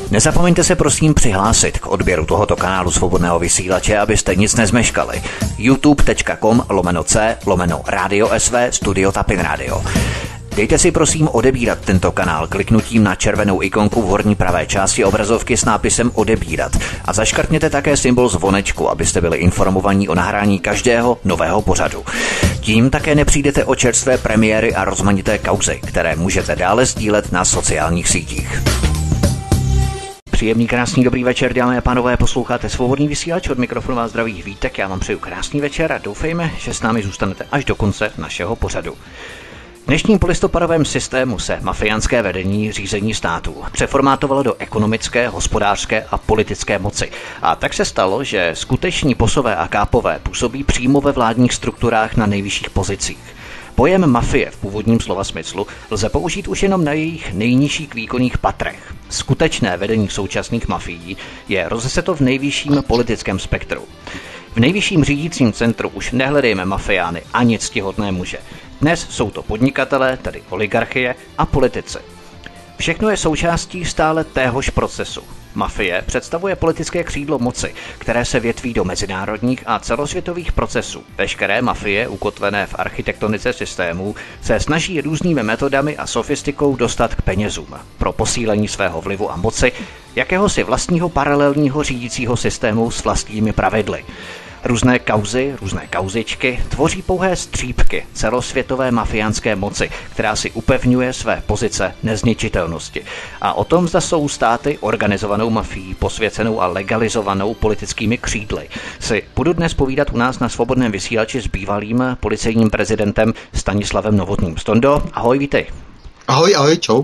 Nezapomeňte se prosím přihlásit k odběru tohoto kanálu Svobodného vysílače, abyste nic nezmeškali. youtube.com/c/Radio SV Studio Tapin Radio. Dejte si prosím odebírat tento kanál kliknutím na červenou ikonku v horní pravé části obrazovky s nápisem odebírat a zaškrtněte také symbol zvonečku, abyste byli informovaní o nahrání každého nového pořadu. Tím také nepřijdete o čerstvé premiéry a rozmanité kauzy, které můžete dále sdílet na sociálních sítích. Příjemný, krásný, dobrý večer, dámy a pánové, posloucháte Svobodný vysílač, od mikrofonu vás zdraví Vítek, já vám přeju krásný večer a doufejme, že s námi zůstanete až do konce našeho pořadu. V dnešním polistopadovém systému se mafiánské vedení řízení státu přeformátovalo do ekonomické, hospodářské a politické moci. A tak se stalo, že skuteční posové a kápové působí přímo ve vládních strukturách na nejvyšších pozicích. Pojem mafie v původním slova smyslu lze použít už jenom na jejich nejnižších výkonných patrech. Skutečné vedení současných mafií je rozeseto v nejvyšším politickém spektru. V nejvyšším řídícím centru už nehledejme mafiány ani ctihodné muže. Dnes jsou to podnikatelé, tedy oligarchie, a politici. Všechno je součástí stále téhož procesu. Mafie představuje politické křídlo moci, které se větví do mezinárodních a celosvětových procesů. Veškeré mafie, ukotvené v architektonice systémů, se snaží různými metodami a sofistikou dostat k penězům pro posílení svého vlivu a moci, jakéhosi vlastního paralelního řídícího systému s vlastními pravidly. Různé kauzy, různé kauzičky tvoří pouhé střípky celosvětové mafiánské moci, která si upevňuje své pozice nezničitelnosti. A o tom, zda jsou státy organizovanou mafií, posvěcenou a legalizovanou politickými křídly, si budu dnes povídat u nás na Svobodném vysílači s bývalým policejním prezidentem Stanislavem Novotným. Stondo, ahoj, vítej. Ahoj, čau.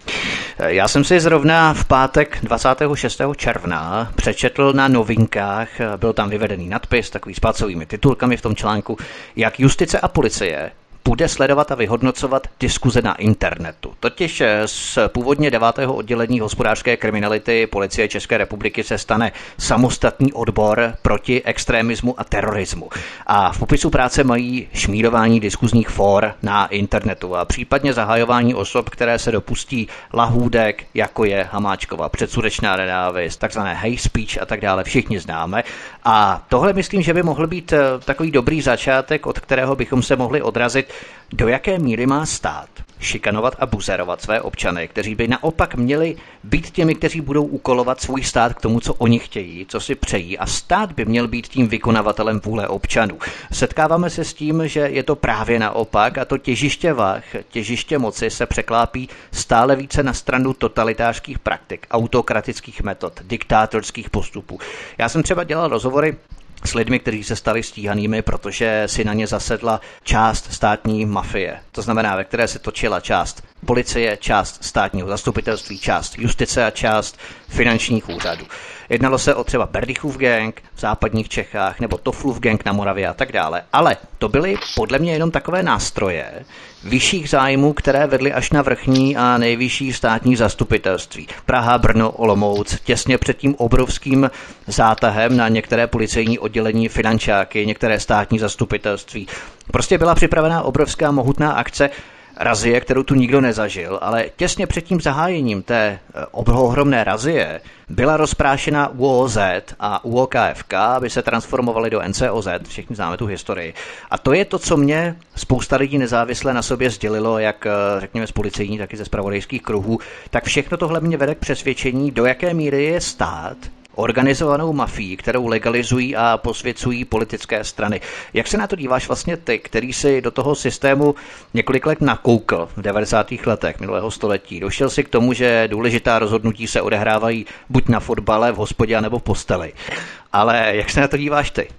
Já jsem si zrovna v pátek 26. června přečetl na Novinkách, byl tam vyvedený nadpis, takový s plácovými titulkami v tom článku, jak justice a policie bude sledovat a vyhodnocovat diskuze na internetu. Totiž z původně 9. oddělení hospodářské kriminality Policie České republiky se stane samostatný odbor proti extremismu a terorismu. A v popisu práce mají šmírování diskuzních fór na internetu a případně zahajování osob, které se dopustí lahůdek, jako je Hamáčkova předsudečná nenávist, takzvané hate speech a tak dále, všichni známe. A tohle myslím, že by mohl být takový dobrý začátek, od kterého bychom se mohli odrazit, do jaké míry má stát šikanovat a buzerovat své občany, kteří by naopak měli být těmi, kteří budou úkolovat svůj stát k tomu, co oni chtějí, co si přejí, a stát by měl být tím vykonavatelem vůle občanů. Setkáváme se s tím, že je to právě naopak a to těžiště vah, těžiště moci se překlápí stále více na stranu totalitářských praktik, autokratických metod, diktátorských postupů. Já jsem třeba dělal rozhovory s lidmi, kteří se stali stíhanými, protože si na ně zasedla část státní mafie. To znamená, ve které se točila část policie, část státního zastupitelství, část justice a část finančních úřadů. Jednalo se o třeba Berdychův gang v západních Čechách nebo Toflův gang na Moravě a tak dále. Ale to byly podle mě jenom takové nástroje vyšších zájmů, které vedly až na vrchní a nejvyšší státní zastupitelství. Praha, Brno, Olomouc, těsně před tím obrovským zátahem na některé policejní oddělení, finančáky, některé státní zastupitelství. Prostě byla připravená obrovská mohutná akce, razie, kterou tu nikdo nezažil, ale těsně před tím zahájením té ohromné razie byla rozprášena ÚOZ a ÚOKFK, aby se transformovaly do NCOZ, všichni známe tu historii. A to je to, co mě spousta lidí nezávisle na sobě sdělilo, jak řekněme z policejní, tak i ze zpravodajských kruhů, tak všechno tohle mě vede k přesvědčení, do jaké míry je stát organizovanou mafií, kterou legalizují a posvěcují politické strany. Jak se na to díváš vlastně ty, který si do toho systému několik let nakoukl v 90. letech minulého století? Došel si k tomu, že důležitá rozhodnutí se odehrávají buď na fotbale, v hospodě, nebo v posteli. Ale jak se na to díváš ty?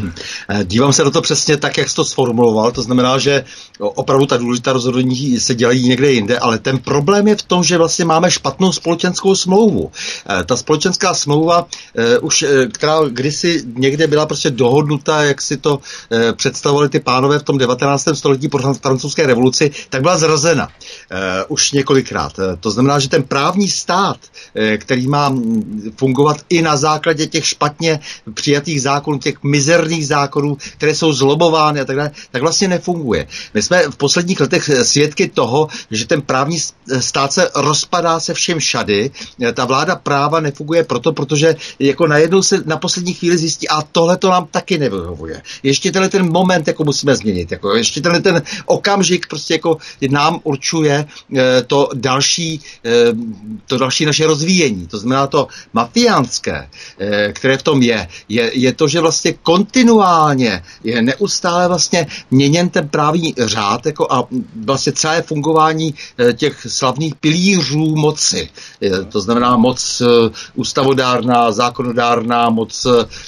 Dívám se na to přesně tak, jak jsi to sformuloval. To znamená, že opravdu ta důležitá rozhodnutí se dělají někde jinde, ale ten problém je v tom, že vlastně máme špatnou společenskou smlouvu. Ta společenská smlouva, která kdysi někde byla prostě dohodnuta, jak si to představovali ty pánové v tom 19. století po francouzské revoluci, tak byla zrazena už několikrát. To znamená, že ten právní stát, který má fungovat i na základě těch špatně vlastně přijatých zákonů, těch mizerných zákonů, které jsou zlobovány a tak dále, tak vlastně nefunguje. My jsme v posledních letech svědky toho, že ten právní stát se rozpadá se všem všady, ta vláda práva nefunguje protože jako najednou se na poslední chvíli zjistí, a tohle to nám taky nevyhovuje. Ještě ten moment jako musíme změnit, jako ještě ten okamžik prostě jako nám určuje to další naše rozvíjení. To znamená to mafiánské, které v tom je to, že vlastně kontinuálně je neustále vlastně měněn ten právní řád jako a vlastně celé fungování těch slavných pilířů moci. To znamená moc ústavodárná, zákonodárná, moc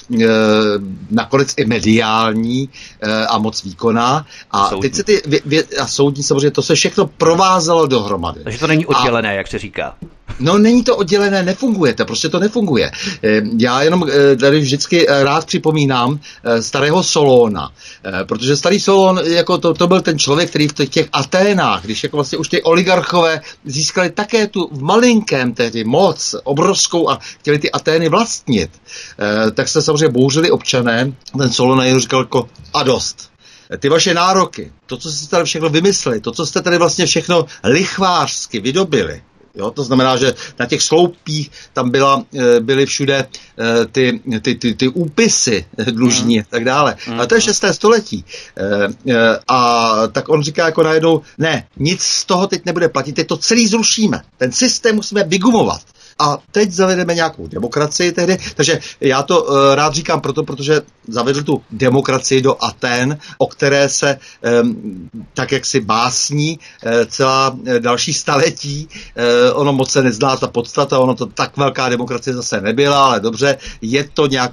nakonec i mediální a moc výkonná. A soudní. Teď se a soudní samozřejmě, to se všechno provázalo dohromady. Takže to není oddělené, jak se říká. No, není to oddělené, nefunguje to, prostě to nefunguje. Já jenom tady vždycky rád připomínám starého Solóna, protože starý Solón, jako to byl ten člověk, který v těch Aténách, když jako vlastně už ty oligarchové získali také tu v malinkém tehdy moc obrovskou a chtěli ty Atény vlastnit, tak se samozřejmě bouřili občané, ten Solón jim říkal jako a dost. Ty vaše nároky, to, co jste tady všechno vymysleli, to, co jste tady vlastně všechno lichvářsky vydobili, jo, to znamená, že na těch sloupích tam byly všude ty úpisy dlužní a tak dále. Ale to je 6. století. A tak on říká jako najednou, ne, nic z toho teď nebude platit, teď to celý zrušíme. Ten systém musíme vygumovat. A teď zavedeme nějakou demokracii tehdy, takže já to rád říkám protože zavedl tu demokracii do Aten, o které se tak jak si básní celá další staletí. Ono moc se nezná ta podstata, ono to tak velká demokracie zase nebyla, ale dobře, je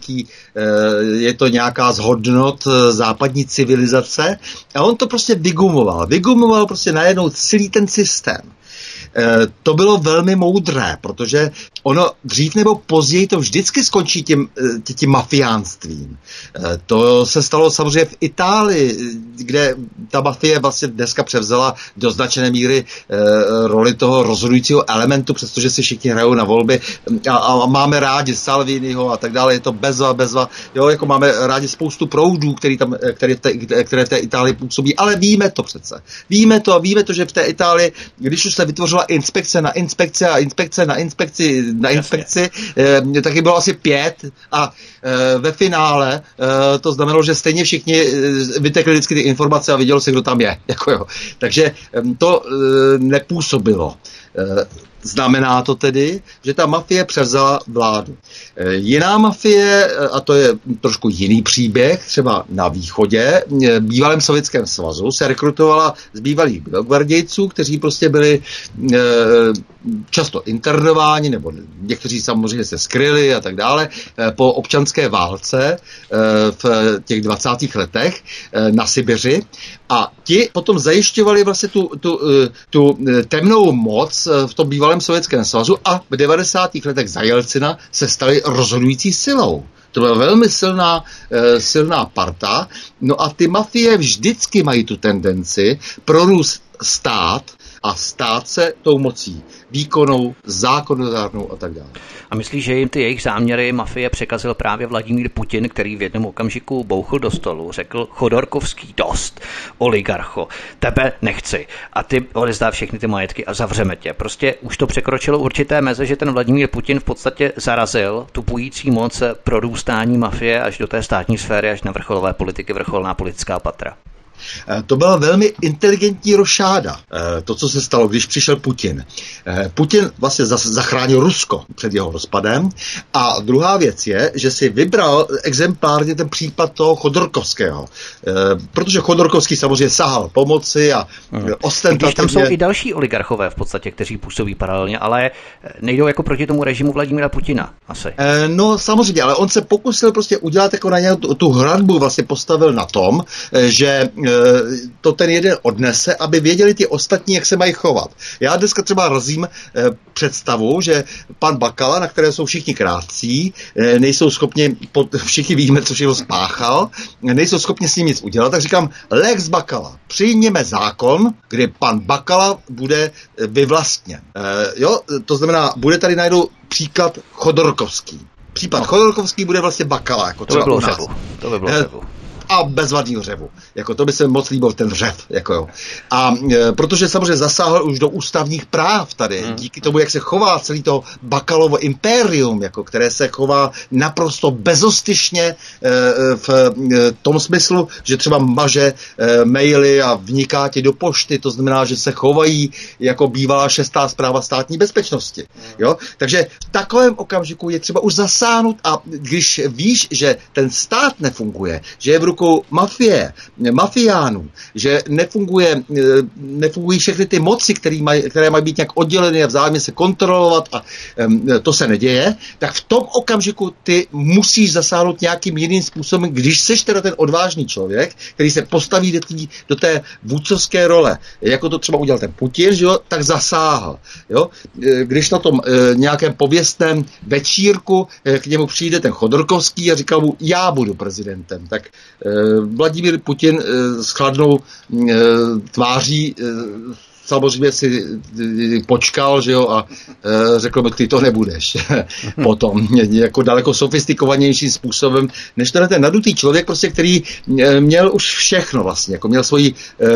to nějaká z hodnot západní civilizace a on to prostě vygumoval prostě najednou celý ten systém. To bylo velmi moudré, protože ono dřív nebo později to vždycky skončí tím mafiánstvím. To se stalo samozřejmě v Itálii, kde ta mafie vlastně dneska převzala do značné míry roli toho rozhodujícího elementu, přestože si všichni hrajou na volby a máme rádi Salviniho a tak dále, je to bezva, jo, jako máme rádi spoustu proudů, které v té Itálii působí, ale víme to přece. Víme to, že v té Itálii, když už se vytvořila inspekce na inspekci a inspekce na inspekci, taky bylo asi 5 a ve finále to znamenalo, že stejně všichni vytekli vždycky ty informace a vidělo se, kdo tam je. Jako jo. Takže to nepůsobilo. Znamená to tedy, že ta mafie převzala vládu. Jiná mafie, a to je trošku jiný příběh, třeba na východě, v bývalém Sovětském svazu, se rekrutovala z bývalých bělogvardějců, kteří prostě byli často internováni, nebo někteří samozřejmě se skryli a tak dále, po občanské válce v těch 20. letech na Sibiři. A ti potom zajišťovali vlastně tu temnou moc v tom bývalém Sovětském svazu a v 90. letech za Jelcina se stali rozhodující silou. To byla velmi silná parta. No a ty mafie vždycky mají tu tendenci prorůst stát a stát se tou mocí výkonnou, zákonodárnou a tak dále. A myslíš, že jim ty jejich záměry mafie překazil právě Vladimír Putin, který v jednom okamžiku bouchl do stolu, řekl Chodorkovský dost, oligarcho, tebe nechci a ty odevzdá všechny ty majetky a zavřeme tě. Prostě už to překročilo určité meze, že ten Vladimír Putin v podstatě zarazil tu pující moc prorůstání mafie až do té státní sféry, až na vrcholové politiky, vrcholná politická patra. To byla velmi inteligentní rošáda, to, co se stalo, když přišel Putin. Putin vlastně zachránil Rusko před jeho rozpadem a druhá věc je, že si vybral exemplárně ten případ toho Chodorkovského, protože Chodorkovský samozřejmě sahal pomoci a ostentativně... Když tam jsou i další oligarchové v podstatě, kteří působí paralelně, ale nejdou jako proti tomu režimu Vladimíra Putina asi. No samozřejmě, ale on se pokusil prostě udělat jako na něj tu hradbu, vlastně postavil na tom, že to ten jeden odnese, aby věděli ty ostatní, jak se mají chovat. Já dneska třeba razím představu, že pan Bakala, na které jsou všichni krátcí, nejsou schopni, všichni víme, co všechno spáchal, nejsou schopni s ním nic udělat, tak říkám, Lex Bakala, přijměme zákon, kdy pan Bakala bude vyvlastněn. Jo, to znamená, bude tady najednou příklad Chodorkovský. Případ Chodorkovský bude vlastně Bakala, jako to by bylo u nás. To by bylo řevu. A bezvadného řevu. Jako to by se moc líbil ten řev. Jako jo. A protože samozřejmě zasáhl už do ústavních práv tady, díky tomu, jak se chová celý to Bakalovo impérium, jako, které se chová naprosto bezostyšně v tom smyslu, že třeba maže maily a vniká ti do pošty, to znamená, že se chovají jako bývalá 6. správa státní bezpečnosti. Jo? Takže v takovém okamžiku je třeba už zasáhnout a když víš, že ten stát nefunguje, že je v rukou mafiánů, že nefungují všechny ty moci, které mají být nějak odděleny a vzájemně se kontrolovat a to se neděje, tak v tom okamžiku ty musíš zasáhnout nějakým jiným způsobem, když seš teda ten odvážný člověk, který se postaví do té vůdcovské role, jako to třeba udělal ten Putin, že jo, tak zasáhl. Jo? Když na tom nějakém pověstném večírku k němu přijde ten Chodorkovský a říkal mu, já budu prezidentem, tak Vladimír Putin s chladnou tváří samozřejmě si počkal, že jo, a řekl mi, ty to nebudeš. Potom, jako daleko sofistikovanějším způsobem, než ten nadutý člověk, prostě, který měl už všechno vlastně, jako měl svoji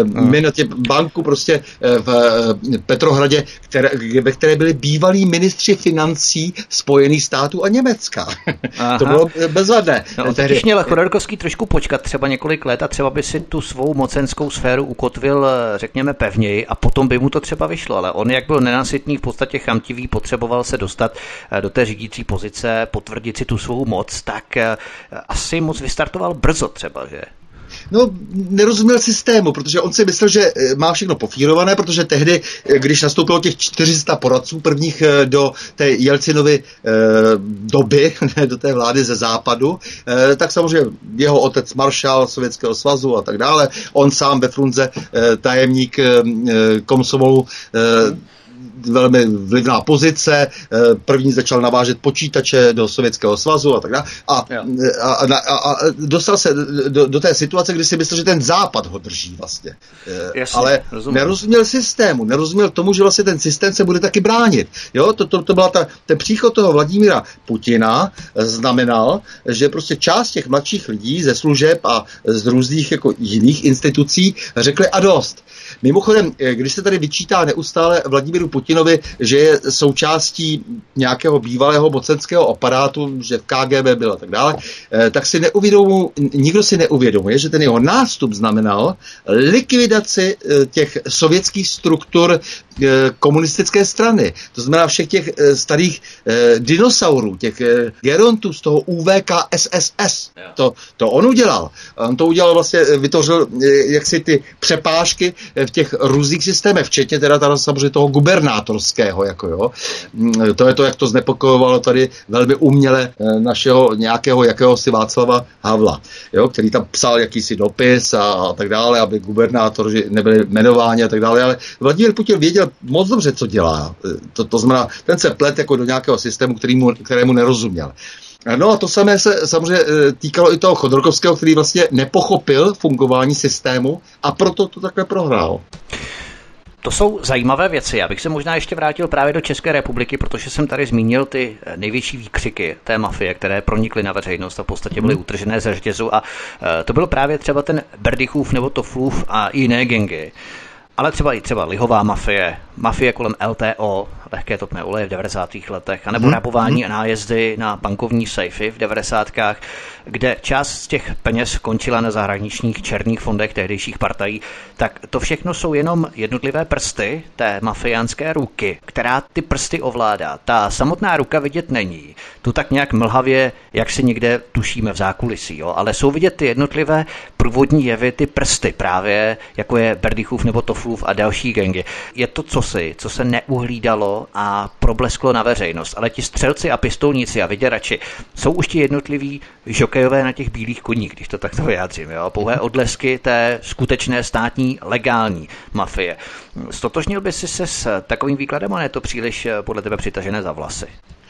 banku prostě v Petrohradě, ve které byli bývalí ministři financí Spojených států a Německa. To bylo bezvadné. No, teď měl Chodorkovský trošku počkat třeba několik let a třeba by si tu svou mocenskou sféru ukotvil, řekněme, pevněji a potom by mu to třeba vyšlo, ale on, jak byl nenasytný, v podstatě chamtivý, potřeboval se dostat do té řídící pozice, potvrdit si tu svou moc, tak asi moc vystartoval brzo třeba, že? No, nerozuměl systému, protože on si myslel, že má všechno pofírované, protože tehdy, když nastoupilo těch 400 poradců prvních do té Jelcinovy doby, do té vlády ze západu, tak samozřejmě jeho otec maršál Sovětského svazu a tak dále, on sám ve Frunze tajemník Komsomolu, velmi vlivná pozice, první začal navážet počítače do Sovětského svazu a tak dále. A dostal se do té situace, kdy si myslel, že ten západ ho drží vlastně. Jasně, ale nerozuměl systému, nerozuměl tomu, že vlastně ten systém se bude taky bránit. Jo, to byla ten příchod toho Vladimíra Putina znamenal, že prostě část těch mladších lidí ze služeb a z různých jako jiných institucí řekli a dost. Mimochodem, když se tady vyčítá neustále Vladimíru Putinovi, že je součástí nějakého bývalého mocenského aparátu, že v KGB byl a tak dále, tak nikdo si neuvědomuje, že ten jeho nástup znamenal likvidaci těch sovětských struktur komunistické strany. To znamená všech těch starých dinosaurů, těch gerontů z toho UVK SSS. To on udělal. On to udělal vlastně, vytvořil jaksi ty přepážky v těch různých systémech, včetně teda samozřejmě toho gubernátorského. Jako jo. To je to, jak to znepokojovalo tady velmi uměle našeho nějakého jakéhosi Václava Havla, jo, který tam psal jakýsi dopis a tak dále, aby gubernátoři nebyli jmenováni a tak dále, ale Vladimír Putin věděl moc dobře, co dělá. To znamená, ten se plet jako do nějakého systému, kterému nerozuměl. No a to samé se samozřejmě týkalo i toho Chodorkovského, který vlastně nepochopil fungování systému a proto to takhle prohrál. To jsou zajímavé věci. Já bych se možná ještě vrátil právě do České republiky, protože jsem tady zmínil ty největší výkřiky té mafie, které pronikly na veřejnost a v podstatě byly utržené ze řetězu. A to byl právě třeba ten Berdychův nebo Toflův a jiné gangy. Ale třeba lihová mafie kolem LTO, lehké topné oleje v 90. letech, anebo rabování a nájezdy na bankovní sejfy v 90. kde část z těch peněz končila na zahraničních černých fondech tehdejších partají, tak to všechno jsou jenom jednotlivé prsty té mafiánské ruky, která ty prsty ovládá. Ta samotná ruka vidět není. Tu tak nějak mlhavě, jak si někde tušíme v zákulisí, jo? Ale jsou vidět ty jednotlivé průvodní jevy, ty prsty právě, jako je Berdychův nebo Toflův a další gangy. Je to co se neuhlídalo a problesklo na veřejnost, ale ti střelci a pistolníci a vyděrači jsou už ti jednotliví žokejové na těch bílých koních, když to takto vyjádřím, jo? Pouhé odlesky té skutečné státní legální mafie. Stotožnil by si se s takovým výkladem, a ne to příliš podle tebe přitažené za vlasy?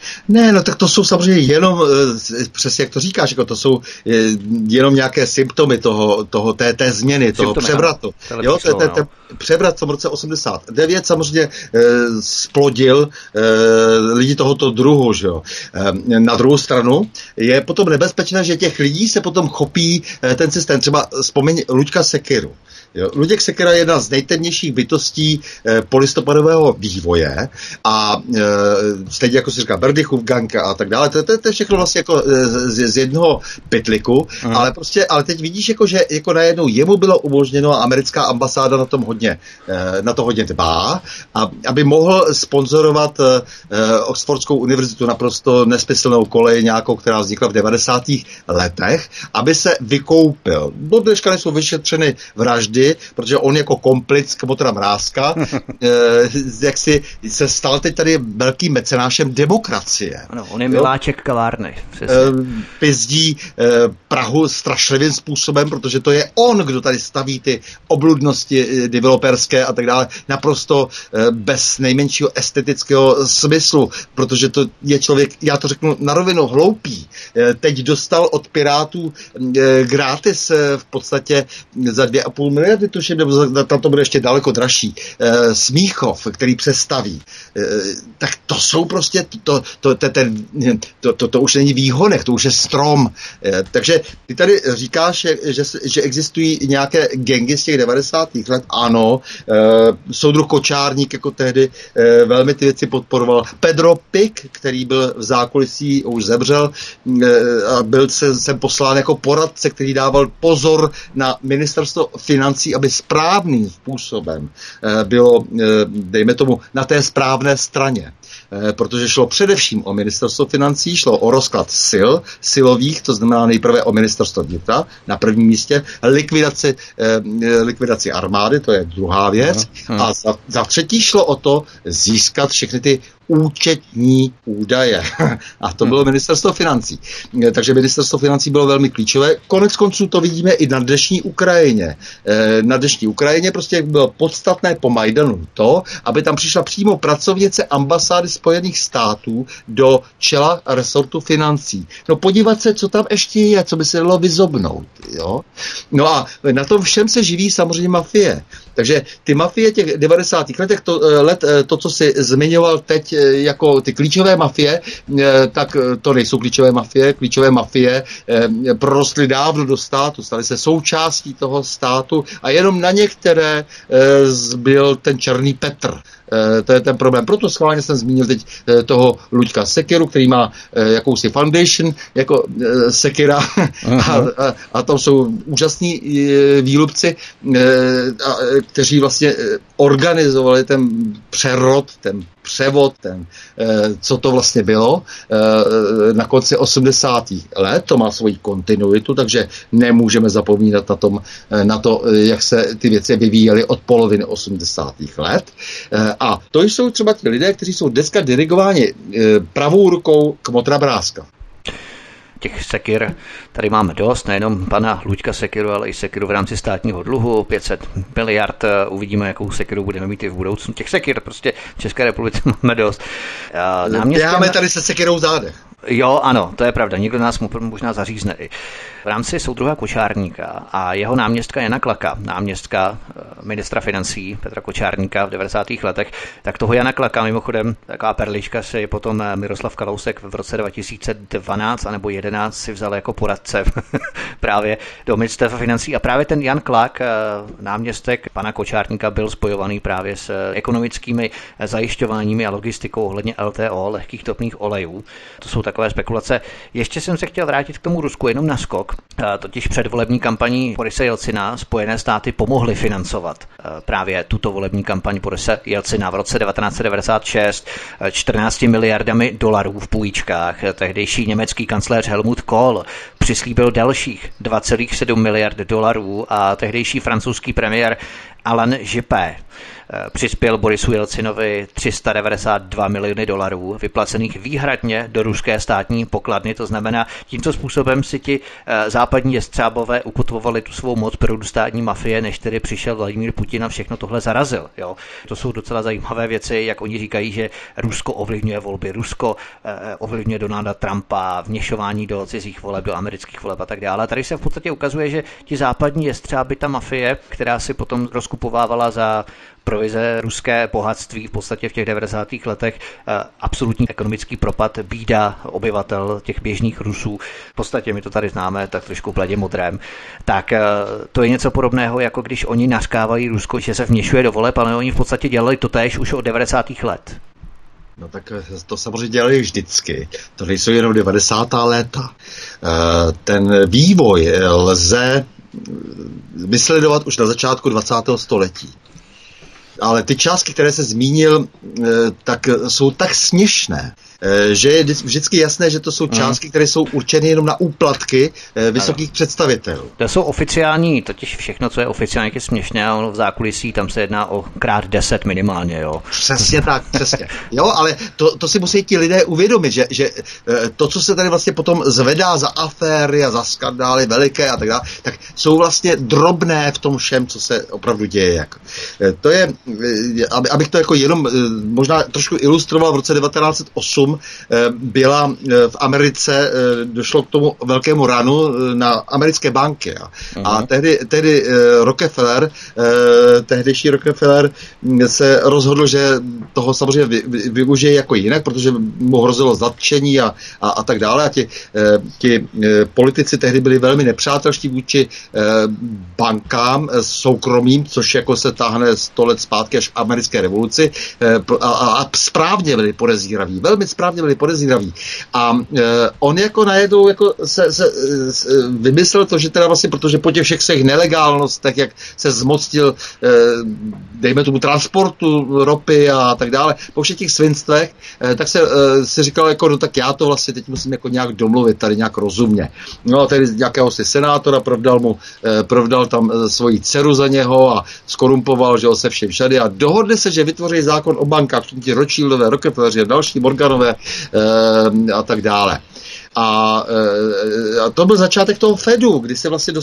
Ne, no tak to jsou samozřejmě jenom, přesně jak to říkáš, jako to jsou jenom nějaké symptomy té změny, symptomy, toho převratu. Jo, ten převrat v tom roce 89 samozřejmě splodil lidi tohoto druhu, že jo. Na druhou stranu je potom nebezpečné, že těch lidí se potom chopí ten systém. Třeba vzpomeň Luďka Sekyru. Jo, Luděk Sekyra je jedna z nejtemnějších bytostí polistopadového vývoje a stejně jako si říká Berdychův gang a tak dále, to je všechno vlastně jako z jednoho pytliku, ale teď vidíš, jako, že jako najednou jemu bylo umožněno a americká ambasáda na to hodně dbá, aby mohl sponzorovat Oxfordskou univerzitu, naprosto nesmyslnou kolej nějakou, která vznikla v 90. letech, aby se vykoupil. Do dneška nejsou vyšetřeny vraždy, protože on jako komplic Kmotra Mrázka jak si se stal teď tady velkým mecenášem demokracie. Ano, on je miláček kavárny. Pizdí Prahu strašlivým způsobem, protože to je on, kdo tady staví ty obludnosti developerské a tak dále, naprosto bez nejmenšího estetického smyslu, protože to je člověk, já to řeknu na rovinu, hloupý. Teď dostal od Pirátů gratis v podstatě za 2,5 miliardy, tuším, nebo tam to bude ještě daleko dražší, Smíchov, který přestaví. Tak to jsou prostě, to už není výhonek, to už je strom. Takže ty tady říkáš, že existují nějaké gangy z těch 90. let. Ano, soudruh Kočárník jako tehdy velmi ty věci podporoval. Pedro Pik, který byl v zákulisí, už zemřel, a byl sem poslán jako poradce, který dával pozor na ministerstvo financí, aby správným způsobem bylo, dejme tomu, na té správné straně. Protože šlo především o ministerstvo financí, šlo o rozklad silových, to znamená nejprve o ministerstvo vnitra na prvním místě, likvidaci armády, to je druhá věc, a za třetí šlo o to získat všechny ty účetní údaje. A to bylo ministerstvo financí. Takže ministerstvo financí bylo velmi klíčové. Konec konců to vidíme i na dnešní Ukrajině. Na dnešní Ukrajině prostě bylo podstatné po Majdanu to, aby tam přišla přímo pracovnice ambasády Spojených států do čela resortu financí. No podívat se, co tam ještě je, co by se dalo vyzobnout. Jo? No a na tom všem se živí samozřejmě mafie. Takže ty mafie těch 90. letech, to, co si zmiňoval teď jako ty klíčové mafie, tak to nejsou klíčové mafie. Klíčové mafie prorostly dávno do státu, staly se součástí toho státu a jenom na některé zbyl ten Černý Petr. To je ten problém. Proto schválně jsem zmínil teď toho Luďka Sekyru, který má jakousi foundation jako Sekyra a tam jsou úžasní výlupci, kteří vlastně organizovali ten přerod, ten převod, co to vlastně bylo na konci 80. let. To má svoji kontinuitu, takže nemůžeme zapomínat na to, jak se ty věci vyvíjely od poloviny 80. let. A to jsou třeba ti lidé, kteří jsou dneska dirigováni pravou rukou Kmotra Mrázka. Těch Sekyr tady máme dost, nejenom pana Luďka Sekyru, ale i Sekyru v rámci státního dluhu, 500 miliard, uvidíme, jakou Sekyru budeme mít i v budoucnu. Těch Sekyr prostě v České republice máme dost. Běháme tady se Sekyrou v zádech. Jo, ano, to je pravda, někdo nás možná zařízne i. V rámci soudruha Kočárníka a jeho náměstka Jana Klaka, náměstka ministra financí Petra Kočárníka v 90. letech, tak toho Jana Klaka, mimochodem, taková perlička, si potom Miroslav Kalousek v roce 2012 anebo 11 si vzal jako poradce právě do ministerstva financí a právě ten Jan Klak, náměstek pana Kočárníka, byl spojovaný právě s ekonomickými zajišťováními a logistikou ohledně LTO, lehkých topných olejů. To jsou takové spekulace. Ještě jsem se chtěl vrátit k tomu Rusku jenom na skok. Totiž před volební kampaní Borise Jelcina Spojené státy pomohly financovat právě tuto volební kampaň Borise Jelcina v roce 1996 14 miliardami dolarů v půjčkách. Tehdejší německý kancléř Helmut Kohl přislíbil dalších 2,7 miliard dolarů a tehdejší francouzský premiér Alan Juppé přispěl Borisu Jelcinovi $392 miliony vyplacených výhradně do ruské státní pokladny. To znamená, tímto způsobem si ti západní jestřábové ukotvovali tu svou moc pro státní mafie, než tedy přišel Vladimír Putin a všechno tohle zarazil. Jo? To jsou docela zajímavé věci, jak oni říkají, že Rusko ovlivňuje volby, Rusko ovlivňuje Donalda Trumpa, vměšování do cizích voleb, do amerických voleb a tak dále. Tady se v podstatě ukazuje, že ti západní jestřáby, ta mafie, která si potom rozkupovávala za provize ruské bohatství v podstatě v těch 90. letech, absolutní ekonomický propad, bída obyvatel těch běžných Rusů, v podstatě my to tady známe tak trošku bledě modrém, tak to je něco podobného, jako když oni nařkávají Rusko, že se vměšuje do voleb, ale oni v podstatě dělali to též už od 90. let. No tak to samozřejmě dělali vždycky. To nejsou jenom 90. léta. Ten vývoj lze vysledovat už na začátku 20. století. Ale ty částky, které se zmínil, tak jsou tak směšné, že je vždycky jasné, že to jsou částky, které jsou určeny jenom na úplatky vysokých představitelů. To jsou oficiální, totiž všechno, co je oficiálně směšné, a ono v zákulisí, tam se jedná o krát 10 minimálně, jo. Přesně tak, přesně. Jo, ale to si musí ti lidé uvědomit, že to, co se tady vlastně potom zvedá za aféry a za skandály veliké a tak dále, tak jsou vlastně drobné v tom všem, co se opravdu děje. Jako. To je, abych to jako jenom možná trošku ilustroval, v roce 1908 byla v Americe, došlo k tomu velkému ranu na americké banky. A tehdy Rockefeller, tehdejší Rockefeller se rozhodl, že toho samozřejmě využije jako jinak, protože mu hrozilo zatčení a tak dále. A ti politici tehdy byli velmi nepřátelští vůči bankám soukromým, což jako se táhne 100 let zpátky až v americké revoluci. A správně byli podezíraví, velmi správně byli podezíraví. A on jako najednou jako se vymyslel to, že teda vlastně, protože po těch všech nelegálnostech, jak se zmocnil, dejme tomu transportu ropy a tak dále, po všech těch svinstvech, tak se říkal jako, no tak já to vlastně teď musím jako nějak domluvit, tady nějak rozumně. No a tady nějakého si senátora provdal tam svoji dceru za něho a skorumpoval, že ho se všem všady a dohodli se, že vytvoří zákon o bankách, ti Rothschildové, Rockefelleri a další Morganové a tak dále. A to byl začátek toho Fedu, kdy se vlastně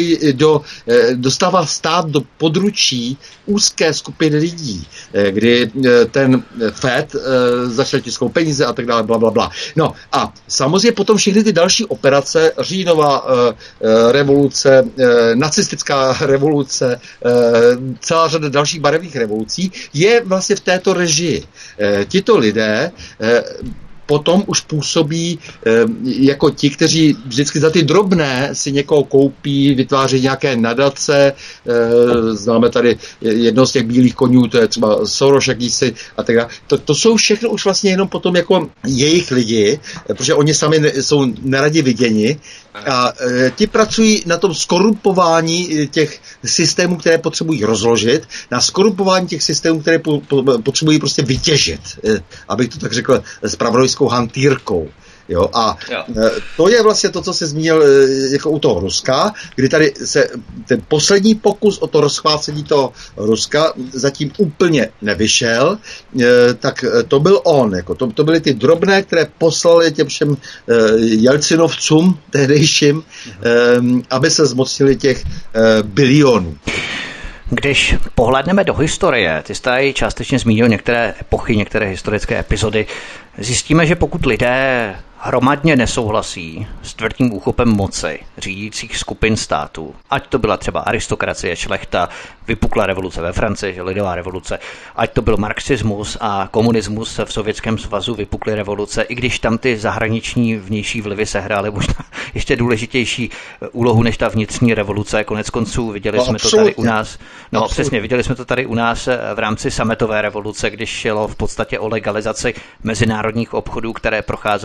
dostává stát do područí úzké skupiny lidí, kdy ten Fed začal tisknout peníze a tak dále, blablabla. No a samozřejmě potom všechny ty další operace, říjnová revoluce, nacistická revoluce, celá řada dalších barevných revolucí je vlastně v této režii. Tito lidé potom už působí jako ti, kteří vždycky za ty drobné si někoho koupí, vytváří nějaké nadace. Známe tady jedno z těch bílých konňů, to je třeba Soros jakýsi a tak dále. To jsou všechno už vlastně jenom potom jako jejich lidi, protože oni sami jsou neradi viděni a ti pracují na tom skorumpování těch systémů, které potřebují rozložit, na skorumpování těch systémů, které potřebují prostě vytěžit, abych to tak řekl, spravodajskou hantýrkou. Jo, a to je vlastně to, co se zmínil jako u toho Ruska, kdy tady se ten poslední pokus o to rozchvácení toho Ruska zatím úplně nevyšel, tak to byl on. Jako to byly ty drobné, které poslali těm všem Jelcinovcům tehdejším, aby se zmocnili těch bilionů. Když pohlédneme do historie, ty jsi tady částečně zmínil některé epochy, některé historické epizody, zjistíme, že pokud lidé hromadně nesouhlasí s tvrdým úchopem moci řídících skupin států, ať to byla třeba aristokracie, šlechta, vypukla revoluce ve Francii, že lidová revoluce, ať to byl marxismus a komunismus v Sovětském svazu, vypukly revoluce, i když tam ty zahraniční vnější vlivy sehrály možná ještě důležitější úlohu než ta vnitřní revoluce. Konec konců viděli jsme to tady u nás. No přesně, viděli jsme to tady u nás v rámci sametové revoluce, když šlo v podstatě o legalizaci mezinárodních obchodů, které procházely přes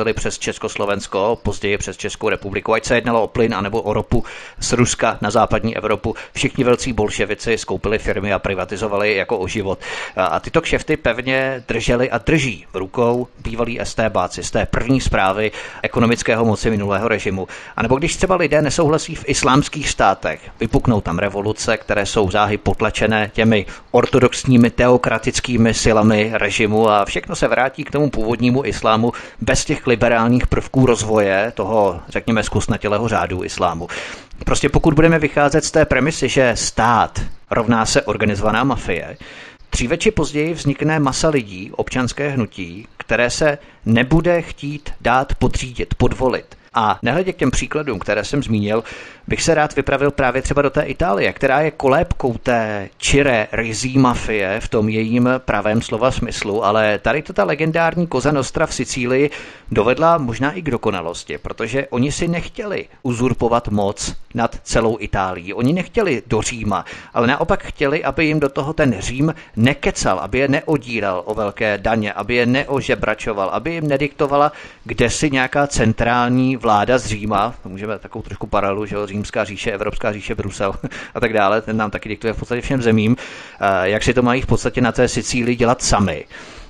Československo, později přes Českou republiku, ať se jednalo o plyn anebo o ropu z Ruska na západní Evropu. Všichni velcí bolševici skoupili firmy a privatizovali jako o život. A tyto kšefty pevně drželi a drží v rukou bývalí estébáci z té první zprávy ekonomického moci minulého režimu. A nebo když třeba lidé nesouhlasí v islámských státech, vypuknou tam revoluce, které jsou záhy potlačené těmi ortodoxními teokratickými silami režimu a všechno se vrátí k tomu původnímu islámu bez těch liberálních prvků rozvoje toho, řekněme, zkusnatělého řádu islámu. Prostě pokud budeme vycházet z té premisy, že stát rovná se organizovaná mafie, dříve či později vznikne masa lidí, občanské hnutí, které se nebude chtít dát podřídit, podvolit. A nehledě k těm příkladům, které jsem zmínil, bych se rád vypravil právě třeba do té Itálie, která je kolébkou té čiré rizí mafie v tom jejím pravém slova smyslu, ale tady to ta legendární Cosa Nostra v Sicílii dovedla možná i k dokonalosti, protože oni si nechtěli uzurpovat moc nad celou Itálií. Oni nechtěli do Říma, ale naopak chtěli, aby jim do toho ten Řím nekecal, aby je neodíral o velké daně, aby je neožebračoval, aby jim nediktovala, kde si nějaká centrální vláda z Říma, můžeme takovou trošku paralelu, že Římská říše, Evropská říše, Brusel a tak dále, ten nám taky diktuje v podstatě všem zemím, jak si to mají v podstatě na té Sicílii dělat sami.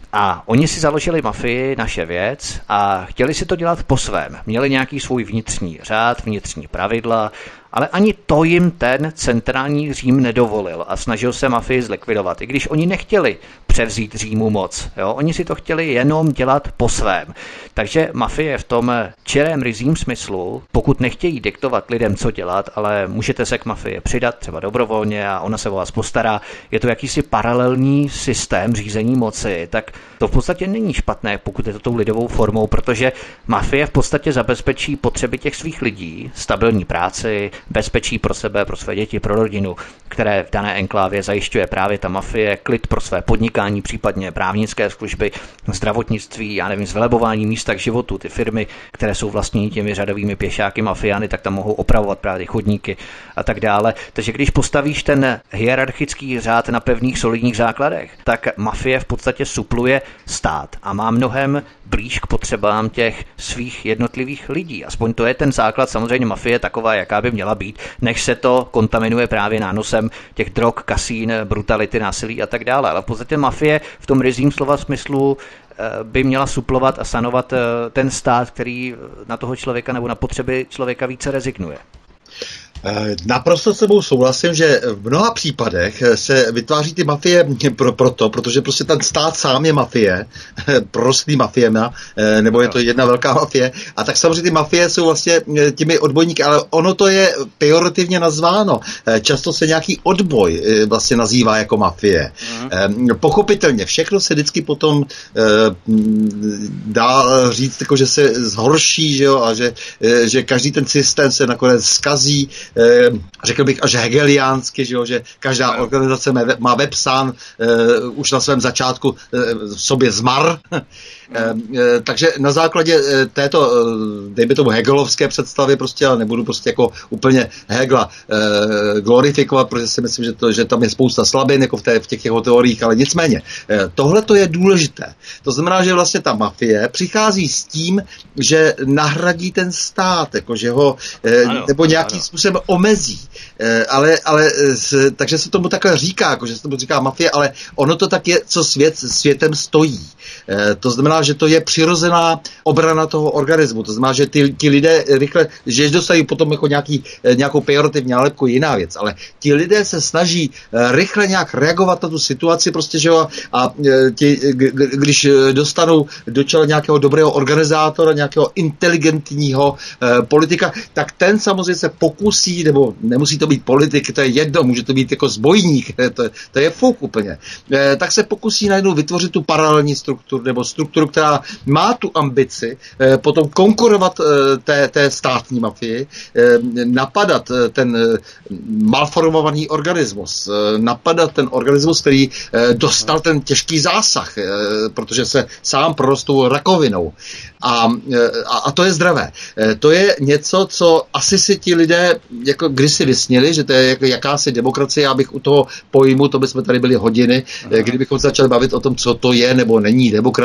A oni si založili mafii, naše věc, a chtěli si to dělat po svém. Měli nějaký svůj vnitřní řád, vnitřní pravidla, ale ani to jim ten centrální Řím nedovolil a snažil se mafii zlikvidovat, i když oni nechtěli převzít Římu moc. Jo? Oni si to chtěli jenom dělat po svém. Takže mafie v tom čirém rizím smyslu, pokud nechtějí diktovat lidem, co dělat, ale můžete se k mafii přidat třeba dobrovolně a ona se o vás postará, je to jakýsi paralelní systém řízení moci, tak to v podstatě není špatné, pokud je to tou lidovou formou, protože mafie v podstatě zabezpečí potřeby těch svých lidí, stabilní práci, bezpečí pro sebe, pro své děti, pro rodinu, které v dané enklávě zajišťuje právě ta mafie, klid pro své podnikání, případně právnické služby, zdravotnictví, já nevím, zvelebování místa k životu, ty firmy, které jsou vlastní těmi řadovými pěšáky, mafiány, tak tam mohou opravovat právě chodníky a tak dále. Takže když postavíš ten hierarchický řád na pevných solidních základech, tak mafie v podstatě supluje stát a má mnohem blíž k potřebám těch svých jednotlivých lidí. Aspoň to je ten základ, samozřejmě mafie taková, jaká by měla být, než se to kontaminuje právě nánosem těch drog, kasín, brutality, násilí a tak dále. Ale v podstatě mafie v tom rizím slova smyslu by měla suplovat a sanovat ten stát, který na toho člověka nebo na potřeby člověka více rezignuje. Naprosto s sebou souhlasím, že v mnoha případech se vytváří ty mafie protože prostě ten stát sám je mafie, prostý mafiema, nebo je to jedna velká mafie. A tak samozřejmě ty mafie jsou vlastně těmi odbojníky, ale ono to je pejorativně nazváno. Často se nějaký odboj vlastně nazývá jako mafie. Pochopitelně, všechno se vždycky potom dá říct, jako, že se zhorší, že jo, a že každý ten systém se nakonec zkazí, řekl bych až hegeliánsky, že každá organizace má vepsán už na svém začátku v sobě zmar. Takže na základě této, dejme tomu hegelovské představy, prostě, ale nebudu prostě jako úplně Hegla glorifikovat, protože si myslím, že tam je spousta slabin jako v těch jeho teoriích, ale nicméně, tohle to je důležité. To znamená, že vlastně ta mafie přichází s tím, že nahradí ten stát, jako že ho nebo nějakým způsobem omezí. Takže se tomu takhle říká, jako že se tomu říká mafie, ale ono to tak je, co světem stojí. To znamená, že to je přirozená obrana toho organismu. To znamená, že ti lidé rychle, že dostají potom jako nějakou pejorativní nálepku, jiná věc, ale ti lidé se snaží rychle nějak reagovat na tu situaci, prostě, že jo, a když dostanou do čela nějakého dobrého organizátora, nějakého inteligentního politika, tak ten samozřejmě se pokusí, nebo nemusí to být politik, to je jedno, může to být jako zbojník, to je fuk úplně, tak se pokusí najednou vytvořit tu paralelní strukturu, nebo strukturu, která má tu ambici potom konkurovat té státní mafii, napadat ten malformovaný organismus, napadat ten organismus, který dostal ten těžký zásah, protože se sám porostou rakovinou. A to je zdravé. To je něco, co asi si ti lidé jako kdysi vysnili, že to je jako jakási demokracie, abych u toho pojmu, to bychom tady byli hodiny, kdybychom začali bavit o tom, co to je nebo není demokracie.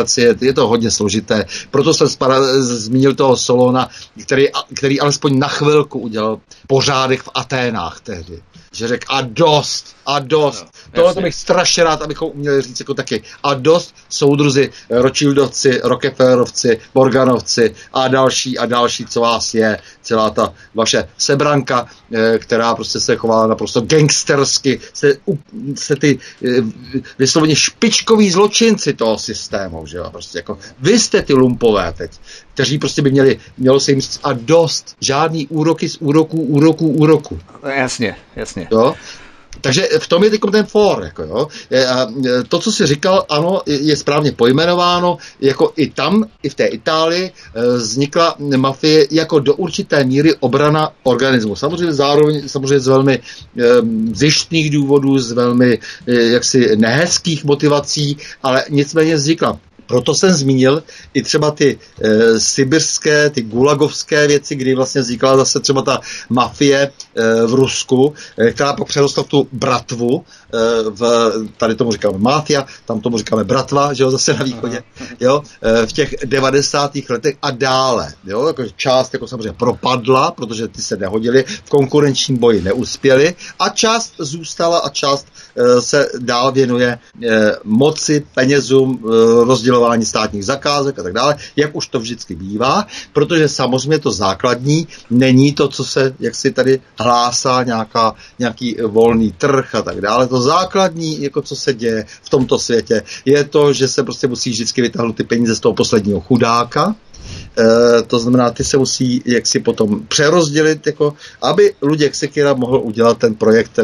je to hodně složité. Proto jsem zmínil toho Solona, který alespoň na chvilku udělal pořádek v Aténách tehdy. Že řekl a dost. Tohle to bych strašně rád, abychom uměli říct jako taky. A dost, soudruzi, Rothschildovci, Rockefellerovci, Morganovci a další, co vás je, celá ta vaše sebranka, která prostě se chovala naprosto gangstersky, se ty vysloveně špičkoví zločinci toho systému, že jo, prostě jako vy jste ty lumpové teď, kteří prostě by mělo se jim říct a dost, žádný úroky z úroků. Jasně. Jo? Takže v tom je ten for. Jako, jo. To, co jsi říkal, ano, je správně pojmenováno, jako i tam, i v té Itálii vznikla mafie jako do určité míry obrana organismu. Samozřejmě z velmi zištných důvodů, z velmi jaksi nehezkých motivací, ale nicméně vznikla. Proto jsem zmínil i třeba ty sibirské, ty gulagovské věci, kdy vlastně vznikla zase třeba ta mafie v Rusku, která pak přerostla v tu bratvu, tady tomu říkáme mafia, tam tomu říkáme bratva, že jo, zase na východě, jo, v těch 90. letech a dále, jo, jako část jako samozřejmě propadla, protože ty se nehodily, v konkurenčním boji neuspěli a část zůstala a část se dál věnuje moci, penězům, rozdělování státních zakázek a tak dále, jak už to vždycky bývá, protože samozřejmě to základní není to, co se, jak si tady hlásá, nějaký volný trh a tak dále. To základní, jako co se děje v tomto světě, je to, že se prostě musí vždycky vytáhnout ty peníze z toho posledního chudáka. To znamená, ty se musí jaksi potom přerozdělit, jako, aby Luděk Sekyra mohl udělat ten projekt,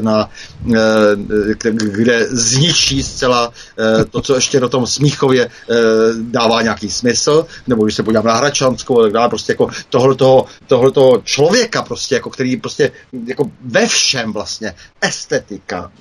kde zničí zcela to, co ještě na tom Smíchově dává nějaký smysl, nebo když se podívám na Hradčanskou a tak dále, prostě jako tohletoho člověka, prostě, jako, který prostě jako ve všem vlastně estetika,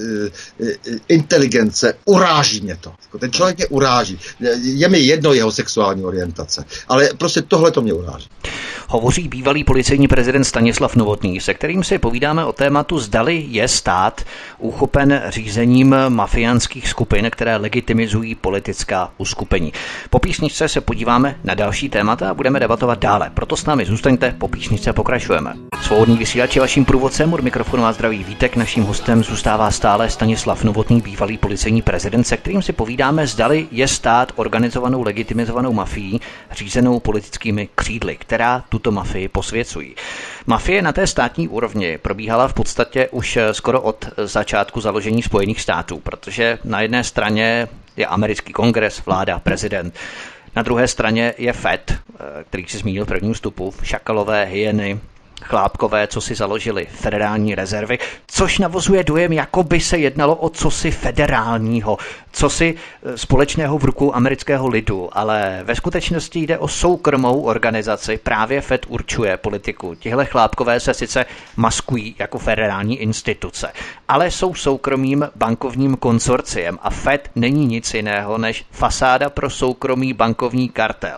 inteligence, uráží mě to. Jako, ten člověk mě uráží. Je mi jedno jeho sexuální orientace, ale prostě tohle to mě uráží. Hovoří bývalý policejní prezident Stanislav Novotný, se kterým si povídáme o tématu, zdali je stát uchopen řízením mafiánských skupin, které legitimizují politická uskupení. Po písničce se podíváme na další témata a budeme debatovat dále. Proto s námi zůstaňte, po písničce pokračujeme. Svobodný vysílač je vaším průvodcem, od mikrofonu vás zdraví Vítek, naším hostem zůstává stále Stanislav Novotný, bývalý policejní prezident, se kterým si povídáme, zdali je stát organizovanou legitimizovanou mafií řízenou politickými křídly, která tuto mafii posvěcují. Mafie na té státní úrovni probíhala v podstatě už skoro od začátku založení Spojených států, protože na jedné straně je americký kongres, vláda, prezident, na druhé straně je Fed, který si zmínil v prvním vstupu, šakalové, hyeny, chlápkové, co si založili federální rezervy, což navozuje dojem, jako by se jednalo o cosi federálního, cosi společného v rukou amerického lidu, ale ve skutečnosti jde o soukromou organizaci, právě Fed určuje politiku. Tihle chlápkové se sice maskují jako federální instituce, ale jsou soukromým bankovním konsorciem a Fed není nic jiného než fasáda pro soukromý bankovní kartel.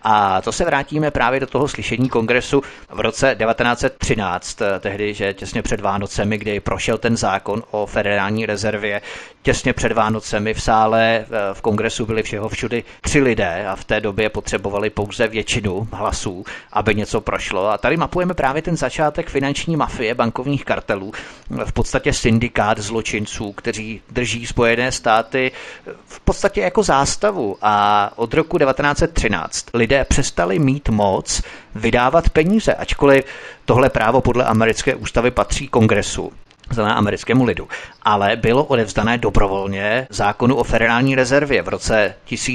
A to se vrátíme právě do toho slyšení kongresu v roce 1913, tehdy, že těsně před Vánocemi, kdy prošel ten zákon o federální rezervě, těsně před Vánocemi v sále v kongresu byli všeho všudy 3 lidé a v té době potřebovali pouze většinu hlasů, aby něco prošlo. A tady mapujeme právě ten začátek finanční mafie, bankovních kartelů, v podstatě syndikát zločinců, kteří drží Spojené státy v podstatě jako zástavu. A od roku 1913 lidé přestali mít moc vydávat peníze, ačkoliv tohle právo podle americké ústavy patří kongresu, znamená americkému lidu, ale bylo odevzdané dobrovolně zákonu o federální rezervě v roce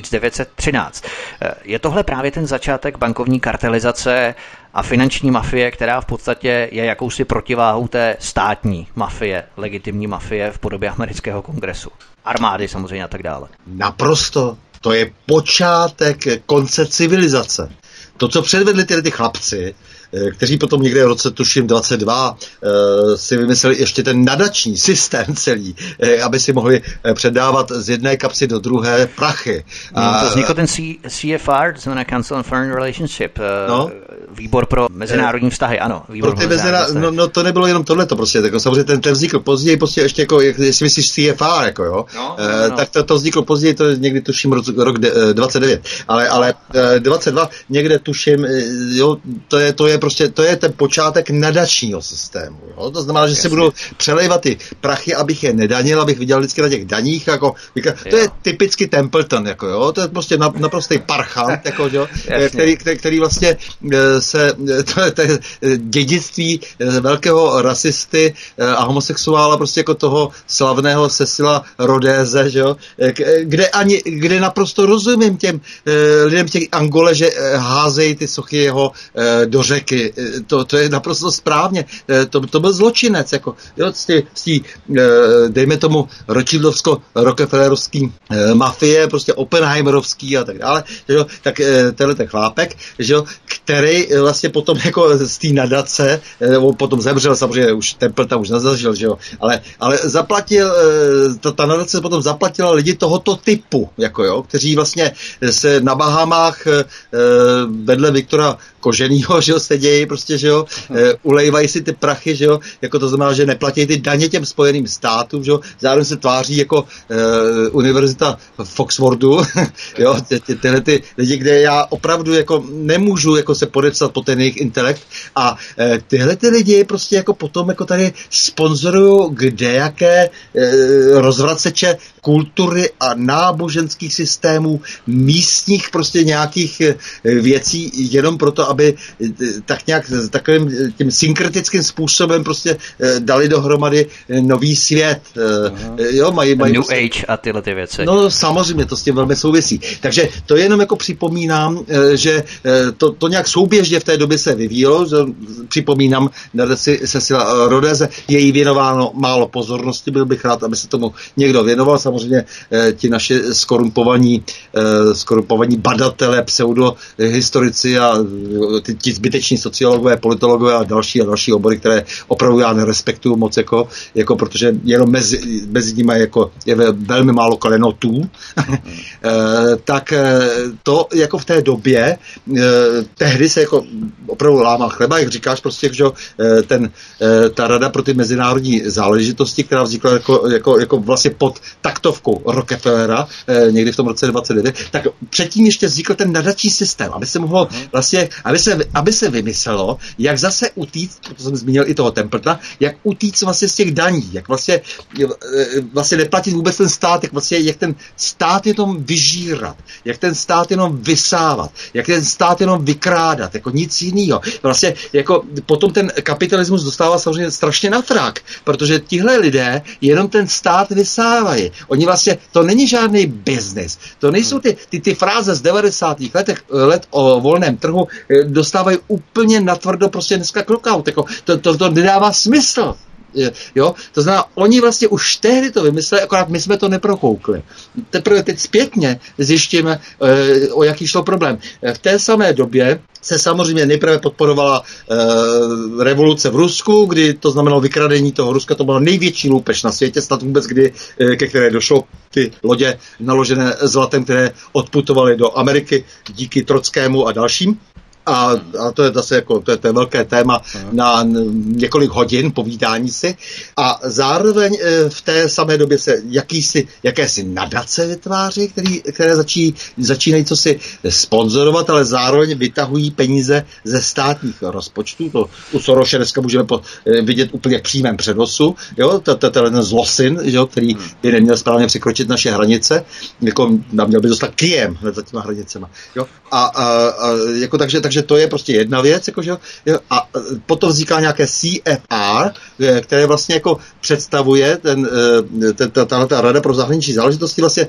1913. Je tohle právě ten začátek bankovní kartelizace a finanční mafie, která v podstatě je jakousi protiváhou té státní mafie, legitimní mafie v podobě amerického kongresu. Armády samozřejmě a tak dále. Naprosto. To je počátek konce civilizace. To, co předvedli ty chlapci, kteří potom někde v roce, tuším 22, si vymysleli ještě ten nadační systém celý, aby si mohli předávat z jedné kapsy do druhé prachy. To vznikl ten CFR, to znamená Council on Foreign Relationship, Výbor pro mezinárodní vztahy, ano. Výbor pro no, to nebylo jenom tohleto prostě, tak samozřejmě ten vznikl později, prostě ještě jako, jestli myslíš CFR, jako jo, tak to vzniklo později, to je někdy tuším rok 29, ale 22 někde tuším, jo, to je prostě, to je ten počátek nadačního systému, jo, to znamená, že se budou přelejvat ty prachy, abych je nedanil, abych viděl vždycky na těch daních, jako, to je typicky Templeton, jako jo, to je prostě naprostý parchant, jako, jo, který vlastně to je dědictví velkého rasisty a homosexuála, prostě jako toho slavného Cecila Rodéze, že jo, kde naprosto rozumím těm lidem těch Angole, že házejí ty sochy jeho do řeky. To je naprosto správně. To byl zločinec, jako, jo, dejme tomu Rothschildovsko-Rockefellerovský mafie, prostě Oppenheimerovský a tak dále, že jo, tak tenhle ten chlápek, že jo, který vlastně potom jako z té nadace, on potom zemřel, samozřejmě už Templeton už nezažil, že jo, ale zaplatil, ta nadace potom zaplatila lidi tohoto typu, jako jo, kteří vlastně se na Bahamách vedle Viktora Koženýho, že jo, sedějí prostě, že jo, ulejvají si ty prachy, že jo, jako to znamená, že neplatí ty daně těm Spojeným státům, že jo, zároveň se tváří jako univerzita v Oxfordu, jo, tyhle ty lidi, kde já opravdu jako nemůžu jako se podepsat po ten jejich intelekt a tyhle ty lidi prostě jako potom jako tady sponzorují kdejaké rozvraceče kultury a náboženských systémů, místních prostě nějakých věcí jenom proto, aby tak nějak takovým tím synkretickým způsobem prostě dali dohromady nový svět. Jo, mají New prostě, Age a tyhle ty věci. No samozřejmě, to s tím velmi souvisí. Takže to jenom jako připomínám, že to nějak souběžně v té době se vyvíjelo. Připomínám nadaci Cecila Rodéze, je jí věnováno málo pozornosti, byl bych rád, aby se tomu někdo věnoval. Samozřejmě ti naši skorumpovaní badatelé, pseudohistorici a ti zbyteční sociologové, politologové a další obory, které opravdu já nerespektuju moc, jako protože jenom mezi nimi je velmi málo klenotů, tak to jako v té době tehdy se jako opravdu lámal chleba, jak říkáš, prostě, že ta rada pro ty mezinárodní záležitosti, která vznikla jako vlastně pod taktovkou Rockefellera někdy v tom roce 29, tak předtím ještě vznikl ten nadační systém, aby se mohlo vlastně, aby se vymyslelo, jak zase utíct, protože jsem zmínil i toho Templetona, jak utíct vlastně z těch daní, jak vlastně neplatit vůbec ten stát, jak ten stát jenom vyžírat, jak ten stát jenom vysávat, jak ten stát jenom vykrádat, jako nic jiného. Vlastně jako potom ten kapitalismus dostává samozřejmě strašně na frak, protože tihle lidé jenom ten stát vysávají. Oni vlastně, to není žádný biznis. To nejsou ty fráze z 90. let o volném trhu, dostávají úplně natvrdo prostě dneska knockout. Jako, to nedává smysl. Jo? To znamená, oni vlastně už tehdy to vymysleli, akorát my jsme to neprokoukli. Teprve teď zpětně zjišťujeme, o jaký šlo problém. V té samé době se samozřejmě nejprve podporovala revoluce v Rusku, kdy to znamenalo vykradení toho Ruska, to byla největší loupež na světě, snad vůbec kdy, ke které došlo, ty lodě naložené zlatem, které odputovaly do Ameriky díky Trockému a dalším. A to je zase jako, to je velké téma na několik hodin povídání si. A zároveň v té samé době se jakési nadace vytváří, které začínají co si sponzorovat, ale zároveň vytahují peníze ze státních rozpočtů. To u Soroše dneska můžeme vidět úplně v přímém přenosu. Jo? Ten zlosin, jo? Který by neměl správně překročit naše hranice, jako měl by dostat Kyjem hned za těma hranicema. Jo? Jako takže to je prostě jedna věc, jakože, a potom vzniká nějaké CFR, které vlastně jako představuje ta Rada pro zahraniční záležitosti vlastně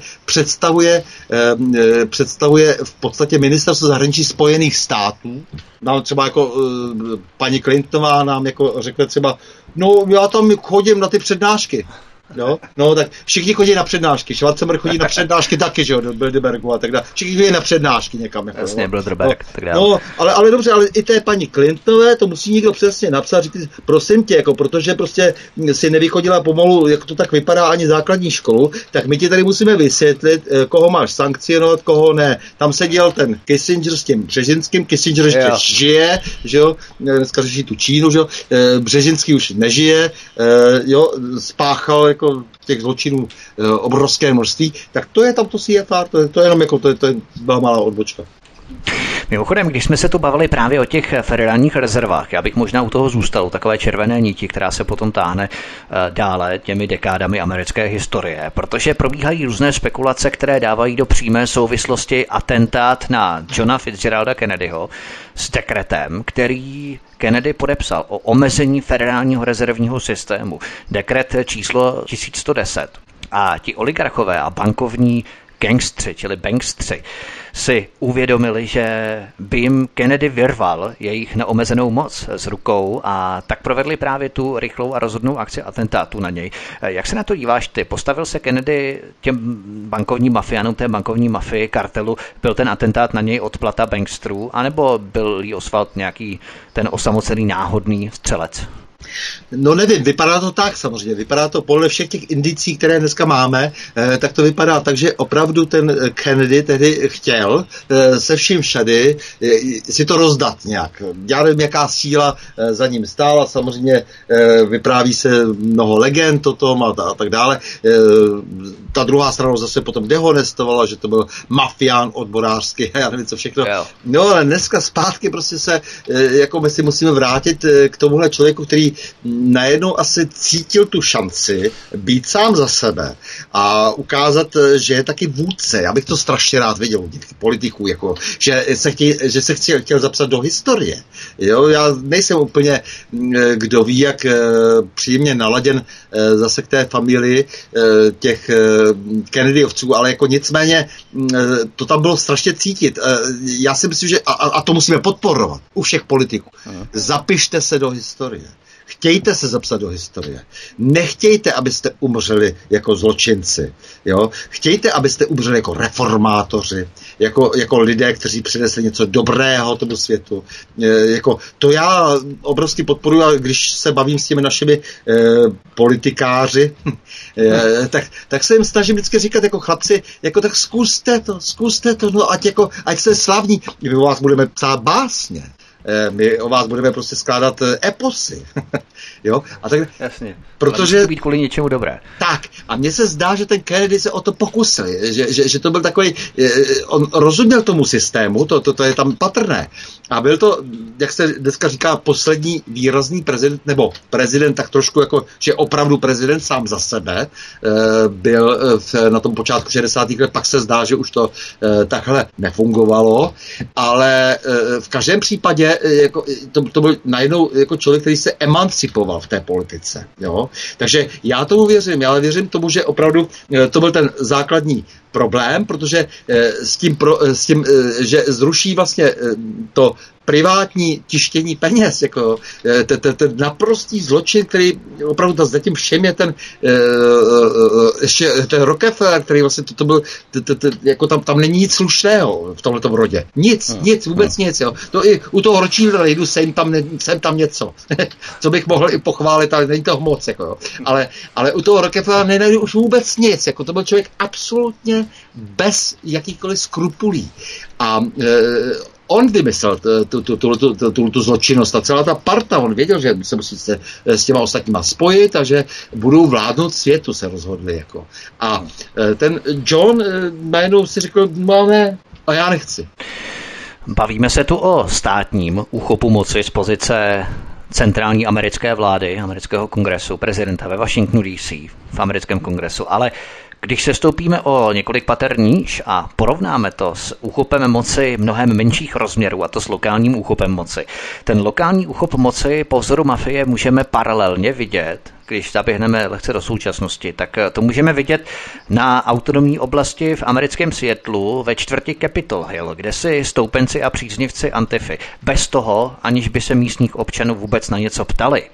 představuje v podstatě ministerstvo zahraničí Spojených států. Nám třeba jako paní Clintonová nám jako řekne třeba, no já tam chodím na ty přednášky. No, tak všichni chodí na přednášky. Schwarzenberg chodí na přednášky taky, že jo, do Bilderbergu a tak dále. Všichni chodí na přednášky někam. Jako, jasně, Bilderberg, tak dále. No, ale dobře, ale i té paní Clintonové to musí někdo přesně napsat, říct, prosím tě, jako, protože prostě si nevychodila pomalu, jak to tak vypadá, ani základní školu, tak my ti tady musíme vysvětlit, koho máš sankcionovat, koho ne. Tam seděl ten Kissinger s tím Březinským, Kissinger ještě žije, že jo, dneska řeší tu Čínu, že jo, Březinský už nežije, jo, spáchal jako těch zločinů obrovské množství, tak to je tam to CFR, to je jenom jako, to je malá odbočka. Mimochodem, když jsme se tu bavili právě o těch federálních rezervách, já bych možná u toho zůstal, takové červené niti, která se potom táhne dále těmi dekádami americké historie, protože probíhají různé spekulace, které dávají do přímé souvislosti atentát na Johna Fitzgeralda Kennedyho s dekretem, který Kennedy podepsal o omezení federálního rezervního systému. Dekret číslo 1110. A ti oligarchové a bankovní gangstři, čili bankstři, si uvědomili, že by jim Kennedy vyrval jejich neomezenou moc z rukou a tak provedli právě tu rychlou a rozhodnou akci atentátu na něj. Jak se na to díváš ty? Postavil se Kennedy těm bankovním mafiánům, té bankovní mafii, kartelu, byl ten atentát na něj odplata bankstrů, anebo byl Lee Oswald nějaký ten osamocený náhodný střelec? No nevím, vypadá to tak samozřejmě, vypadá to podle všech těch indicí, které dneska máme, tak to vypadá tak, že opravdu ten Kennedy tehdy chtěl se vším všady si to rozdat nějak. Já nevím, jaká síla za ním stála, samozřejmě vypráví se mnoho legend o tom a tak dále. Ta druhá strana zase potom dehonestovala, že to byl mafián odborářský, já nevím co všechno. No ale dneska zpátky prostě se, jako my si musíme vrátit k tomuhle člověku, který najednou asi cítil tu šanci být sám za sebe a ukázat, že je taky vůdce. Já bych to strašně rád viděl u těch politiků, jako, že se chtěl zapsat do historie. Jo, já nejsem úplně, kdo ví, jak příjemně naladěn zase k té familii těch Kennedyovců, ale jako nicméně to tam bylo strašně cítit. Já si myslím, že a to musíme podporovat u všech politiků. Zapište se do historie. Chtějte se zapsat do historie. Nechtějte, abyste umřeli jako zločinci. Jo? Chtějte, abyste umřeli jako reformátoři, jako lidé, kteří přinesli něco dobrého tomu světu. To já obrovsky podporuji, když se bavím s těmi našimi politikáři, tak se jim snažím vždycky říkat jako chlapci, jako tak zkuste to, no ať jste slavní. My o vás budeme psát básně. My o vás budeme prostě skládat eposy. Jo? A tak, jasně. Protože to být kvůli něčemu dobré. Tak. A mně se zdá, že ten Kennedy se o to pokusil. Že to byl takový, on rozuměl tomu systému, to je tam patrné. A byl to, jak se dneska říká, poslední výrazný prezident, nebo prezident tak trošku jako, že opravdu prezident sám za sebe byl na tom počátku 60. let, pak se zdá, že už to takhle nefungovalo, ale v každém případě jako, to byl najednou jako člověk, který se emancipoval v té politice. Jo? Takže já tomu věřím, já věřím tomu, že opravdu to byl ten základní problém, protože s tím, že zruší vlastně to privátní tištění peněz, jako ten naprostý zločin, který opravdu za tím všem je ten ještě ten Rockefeller, který vlastně to byl, jako tam není nic slušného v tomhletom rodě. Nic, vůbec nic. Jo. To i u toho Rothschilda jdu sem tam něco, co bych mohl i pochválit, ale není toho moc. Jako, jo. Ale u toho Rockefellera nenajdu už vůbec nic. Jako to byl člověk absolutně bez jakýchkoliv skrupulí. A on vymyslel tu zločinnost a celá ta parta, on věděl, že se musí s těma ostatníma spojit a že budou vládnout světu, se rozhodli. Jako. A ten John najednou si řekl, no ne, a já nechci. Bavíme se tu o státním úchopu moci z pozice centrální americké vlády, amerického kongresu, prezidenta ve Washingtonu DC, v americkém kongresu, ale když se stoupíme o několik pater níž a porovnáme to s úchopem moci mnohem menších rozměrů, a to s lokálním úchopem moci, ten lokální úchop moci po vzoru mafie můžeme paralelně vidět, když zaběhneme lehce do současnosti, tak to můžeme vidět na autonomní oblasti v americkém Seattlu ve čtvrti Capitol Hill, kde si stoupenci a příznivci Antify, bez toho, aniž by se místních občanů vůbec na něco ptali,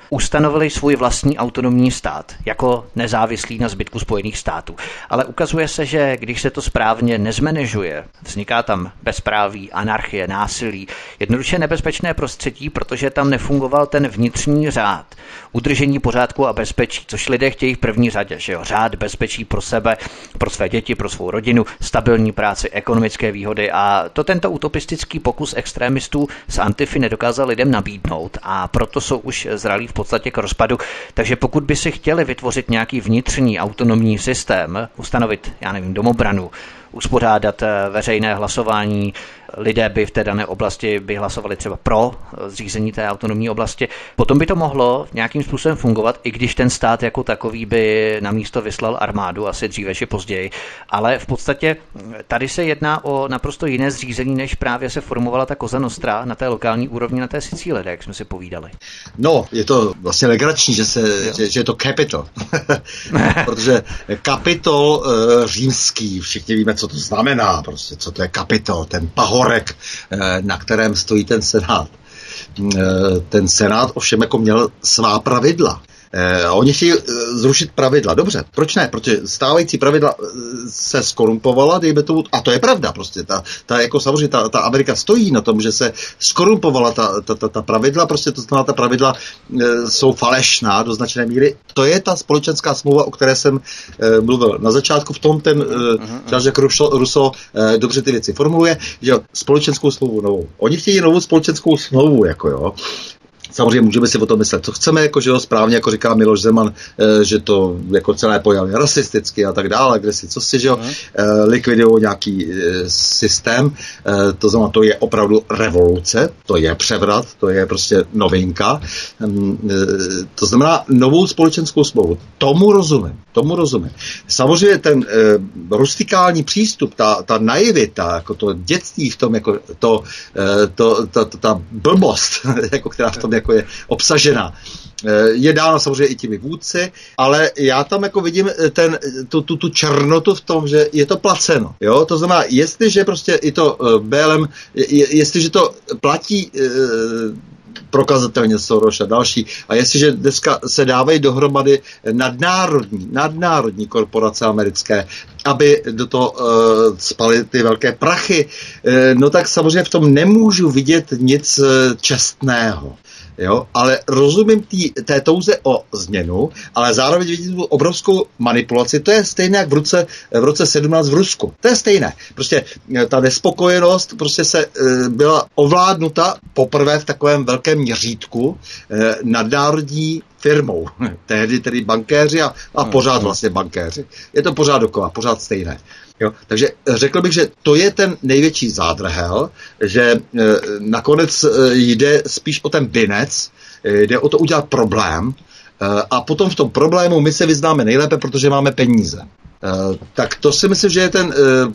ustanovili svůj vlastní autonomní stát, jako nezávislý na zbytku Spojených států. Ale ukazuje se, že když se to správně nezmanéžuje, vzniká tam bezpráví, anarchie, násilí, jednoduše nebezpečné prostředí, protože tam nefungoval ten vnitřní řád, udržení pořádku a bezpečí, což lidé chtějí v první řadě, že jo? Řád, bezpečí pro sebe, pro své děti, pro svou rodinu, stabilní práci, ekonomické výhody, a to tento utopistický pokus extrémistů z Antify nedokázal lidem nabídnout, a proto jsou už zralí v podstatě k rozpadu. Takže pokud by si chtěli vytvořit nějaký vnitřní autonomní systém, ustanovit, domobranu, uspořádat veřejné hlasování, lidé by v té dané oblasti by hlasovali třeba pro zřízení té autonomní oblasti, potom by to mohlo nějakým způsobem fungovat, i když ten stát jako takový by na místo vyslal armádu, asi dříve či později. Ale v podstatě tady se jedná o naprosto jiné zřízení, než právě se formovala ta Cosa Nostra na té lokální úrovni na té Sicílii, jak jsme si povídali. No, je to vlastně legrační, že je to Capitol. Protože Kapitol římský, všichni víme, co to znamená, prostě, co to je Kapitol, ten pahorek, na kterém stojí ten senát. Ten senát ovšem jako měl svá pravidla. Oni chtějí zrušit pravidla. Dobře, proč ne? Protože stávající pravidla se skorumpovala, dejme tomu, a to je pravda prostě. Jako samozřejmě ta Amerika stojí na tom, že se skorumpovala ta pravidla, prostě to znamená, ta pravidla jsou falešná do značné míry. To je ta společenská smlouva, o které jsem mluvil na začátku, v tom ten Jean-Jacques Rousseau dobře ty věci formuluje, že společenskou smlouvu novou. Oni chtějí novou společenskou smlouvu, jako jo. Samozřejmě můžeme si o tom myslet, co chceme, jako, že jo, správně, jako říká Miloš Zeman, že to jako celé pojaví rasisticky a tak dále, kde si, co si, že jo, likvidují nějaký systém, to znamená, to je opravdu revoluce, to je převrat, to je prostě novinka, to znamená novou společenskou smlouvu. Tomu rozumím. Samozřejmě ten rustikální přístup, ta naivita, jako to dětství v tom, jako ta blbost, jako která v tom jako je obsažena, je dána samozřejmě i těmi vůdci, ale já tam jako vidím tu černotu v tom, že je to placeno. Jo? To znamená, jestliže prostě i to BLM, jestliže to platí prokazatelně Soros a další. A jestliže dneska se dávají dohromady nadnárodní korporace americké, aby do toho spaly ty velké prachy, no tak samozřejmě v tom nemůžu vidět nic čestného. Jo, ale rozumím té touze o změnu, ale zároveň vidím tu obrovskou manipulaci. To je stejné jak v roce 17 v Rusku. To je stejné. Prostě ta nespokojenost prostě se byla ovládnuta poprvé v takovém velkém měřítku nadnárodní firmou. Tehdy tedy bankéři a pořád vlastně bankéři. Je to pořád dokola, pořád stejné. Jo, takže řekl bych, že to je ten největší zádrhel, že nakonec jde spíš o ten binec, jde o to udělat problém a potom v tom problému my se vyznáme nejlépe, protože máme peníze. Tak to si myslím, že je ten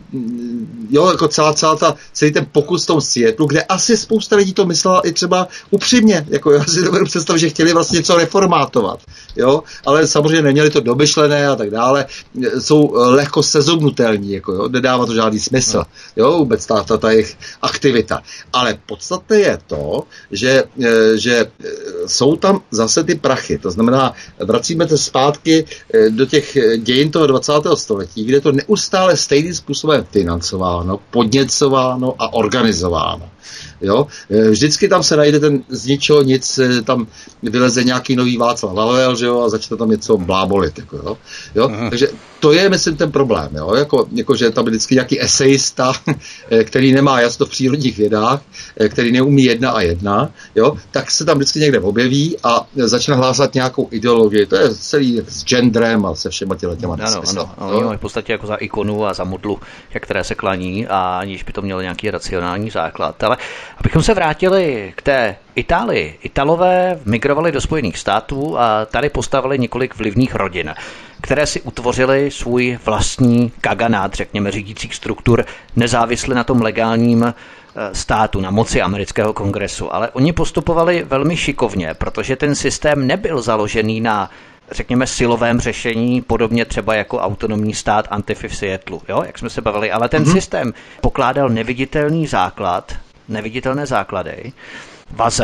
jako celý ten pokus v tom světlu, kde asi spousta lidí to myslela i třeba upřímně, jako já si dovedu představit, že chtěli vlastně něco reformátovat, jo, ale samozřejmě neměli to domyšlené a tak dále, jsou lehko sezobnutelní, jako jo, nedává to žádný smysl, jo, vůbec ta jejich aktivita, ale podstatné je to, že jsou tam zase ty prachy, to znamená, vracíme se zpátky do těch dějin toho 20. století, kde je to neustále stejným způsobem financováno, podněcováno a organizováno. Jo? Vždycky tam se najde ten z ničeho nic, tam vyleze nějaký nový Václav Havel, že jo, a začne tam něco blábolit. Jako, jo? Takže to je, myslím, ten problém. Jo? Jako, že tam je vždycky nějaký esejista, který nemá jasno v přírodních vědách, který neumí 1 a 1, jo? Tak se tam vždycky někde objeví a začne hlásat nějakou ideologii. To je celý s genderem a se všema těma nesmysly. Ano, v podstatě jako za ikonu a za modlu, které se klaní, a aniž by to mělo nějaký racionální základ. Ale abychom se vrátili k té Itálii. Italové migrovali do Spojených států a tady postavili několik vlivných rodin, které si utvořily svůj vlastní kaganát, řekněme, řídících struktur, nezávisle na tom legálním státu, na moci amerického kongresu. Ale oni postupovali velmi šikovně, protože ten systém nebyl založený na, řekněme, silovém řešení, podobně třeba jako autonomní stát Antify v Seattlu, jo, jak jsme se bavili, ale ten systém pokládal neviditelné základy vazeb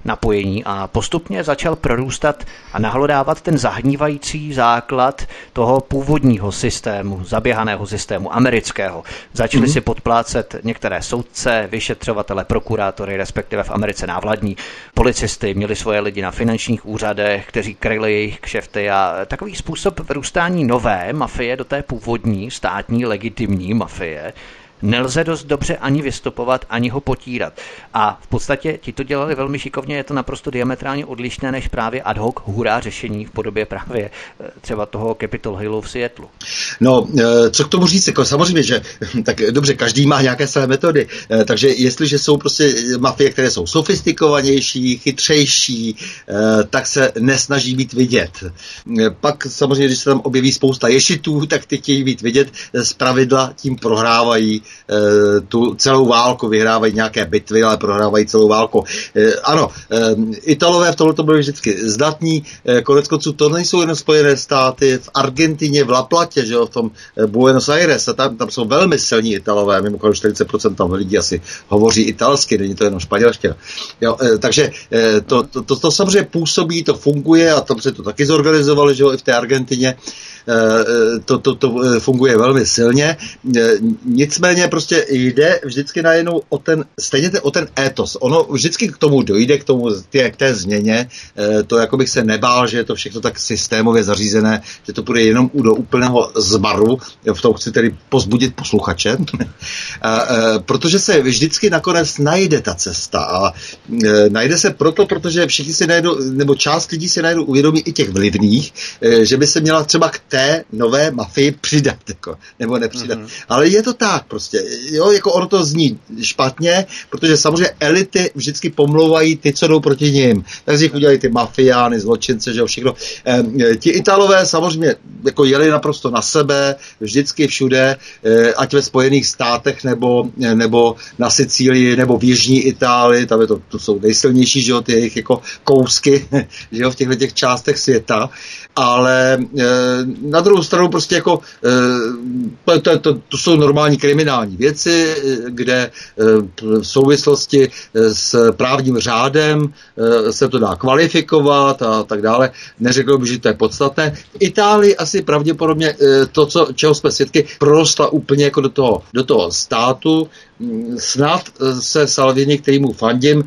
napojení a postupně začal prorůstat a nahlodávat ten zahnívající základ toho původního systému, zaběhaného systému amerického. Začali si podplácet některé soudce, vyšetřovatele, prokurátory, respektive v Americe návladní policisty, měli svoje lidi na finančních úřadech, kteří kryli jejich kšefty a takový způsob vyrůstání nové mafie do té původní státní legitimní mafie nelze dost dobře ani vystupovat, ani ho potírat. A v podstatě ti to dělali velmi šikovně, je to naprosto diametrálně odlišné než právě ad hoc hurá řešení v podobě právě třeba toho Capitol Hillu v Seattlu. No, co k tomu říct, jako samozřejmě, že tak dobře, každý má nějaké své metody, takže jestliže jsou prostě mafie, které jsou sofistikovanější, chytřejší, tak se nesnaží být vidět. Pak samozřejmě, když se tam objeví spousta ješitů, tak ty chtějí být vidět, zpravidla tím prohrávají tu celou válku, vyhrávají nějaké bitvy, ale prohrávají celou válku. Ano, Italové v tomto byli vždycky zdatní, koneckonců to nejsou jen Spojené státy, v Argentině, v La Platě, že jo, v tom Buenos Aires, a tam jsou velmi silní Italové, mimochodem 40% tam lidí asi hovoří italsky, není to jenom španělština. Jo, takže to samozřejmě působí, to funguje a tam se to taky zorganizovali, že jo, i v té Argentině. To funguje velmi silně. Nicméně prostě jde vždycky najednou o ten étos. Ono vždycky k tomu dojde, k té změně. To jako bych se nebál, že je to všechno tak systémově zařízené, že to půjde jenom do úplného zmaru. V tom chci tedy pozbudit posluchače. Protože se vždycky nakonec najde ta cesta. A najde se protože všichni si najdou, nebo část lidí si najdou uvědomí i těch vlivných, že by se měla třeba k té nové mafii přidat, jako, nebo nepřidat. Ale je to tak prostě. Jo, jako ono to zní špatně, protože samozřejmě elity vždycky pomlouvají ty, co jdou proti nim. Tak z nich udělají ty mafiány, zločince, že jo, všechno. Ti Italové samozřejmě jako jeli naprosto na sebe, vždycky všude, ať ve Spojených státech, nebo na Sicílii, nebo v jižní Itálii, tam je to jsou nejsilnější, že jo, ty jejich jako kousky, že jo, v těchto částech světa. Ale na druhou stranu prostě jako to jsou normální kriminální věci, kde v souvislosti s právním řádem se to dá kvalifikovat a tak dále. Neřekl bych, že to je podstatné. V Itálii asi pravděpodobně to, čeho jsme svědky, prorostla úplně jako do toho státu. Snad se Salvini, kterýmu fandím,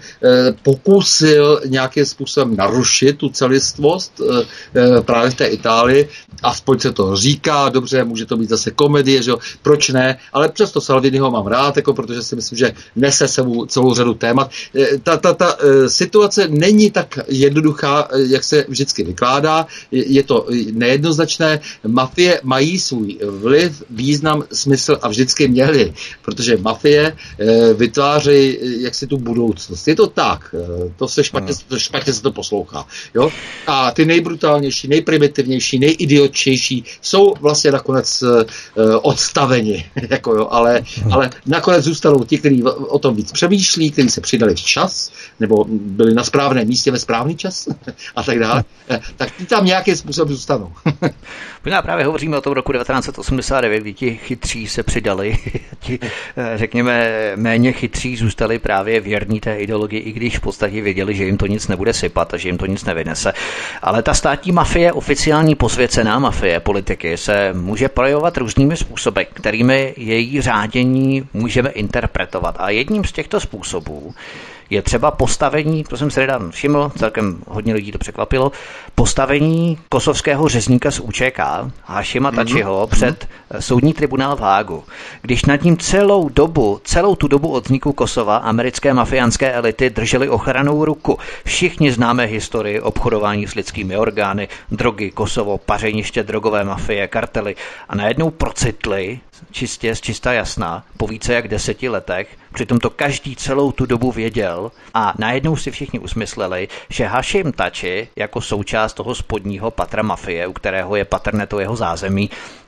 pokusil nějakým způsobem narušit tu celistvost právě v té Itálii. Aspoň se to říká, dobře, může to být zase komedie, že jo, proč ne, ale přesto Salviniho mám rád, jako, protože si myslím, že nese sebou celou řadu témat. Ta situace není tak jednoduchá, jak se vždycky vykládá, je to nejednoznačné. Mafie mají svůj vliv, význam, smysl a vždycky měli, protože mafie vytvářejí jaksi tu budoucnost. Je to tak, to se špatně se to poslouchá. Jo? A ty nejbrutálnější, nejprimitivnější, nejidiočtější jsou vlastně nakonec odstaveni, jako jo, ale nakonec zůstanou ti, kteří o tom víc přemýšlí, kteří se přidali včas, nebo byli na správném místě ve správný čas a tak dále, tak ti tam nějakým způsobem zůstanou. Možná právě hovoříme o tom roku 1989, kdy ti chytří se přidali, ti, řekněme, méně chytří zůstali právě věrní té ideologii, i když v podstatě věděli, že jim to nic nebude sypat a že jim to nic nevynese. Ale ta státní mafie, oficiální posvěcená mafie politiky, se může projevovat různými způsoby, kterými její řádění můžeme interpretovat. A jedním z těchto způsobů je třeba postavení, to jsem si nedávno všiml, celkem hodně lidí to překvapilo, postavení kosovského řezníka z UČK, Hašima Tačiho, před soudní tribunál v Hágu. Když nad ním celou tu dobu od vzniku Kosova americké mafiánské elity držely ochranou ruku. Všichni známe historii obchodování s lidskými orgány, drogy, Kosovo, pařeniště drogové mafie, kartely a najednou procitli čistá jasná po více jak 10 letech. Přitom to každý celou tu dobu věděl a najednou si všichni usmysleli, že Hašim Tači jako součást toho spodního patra mafie, u kterého je patrné to jeho zázemí,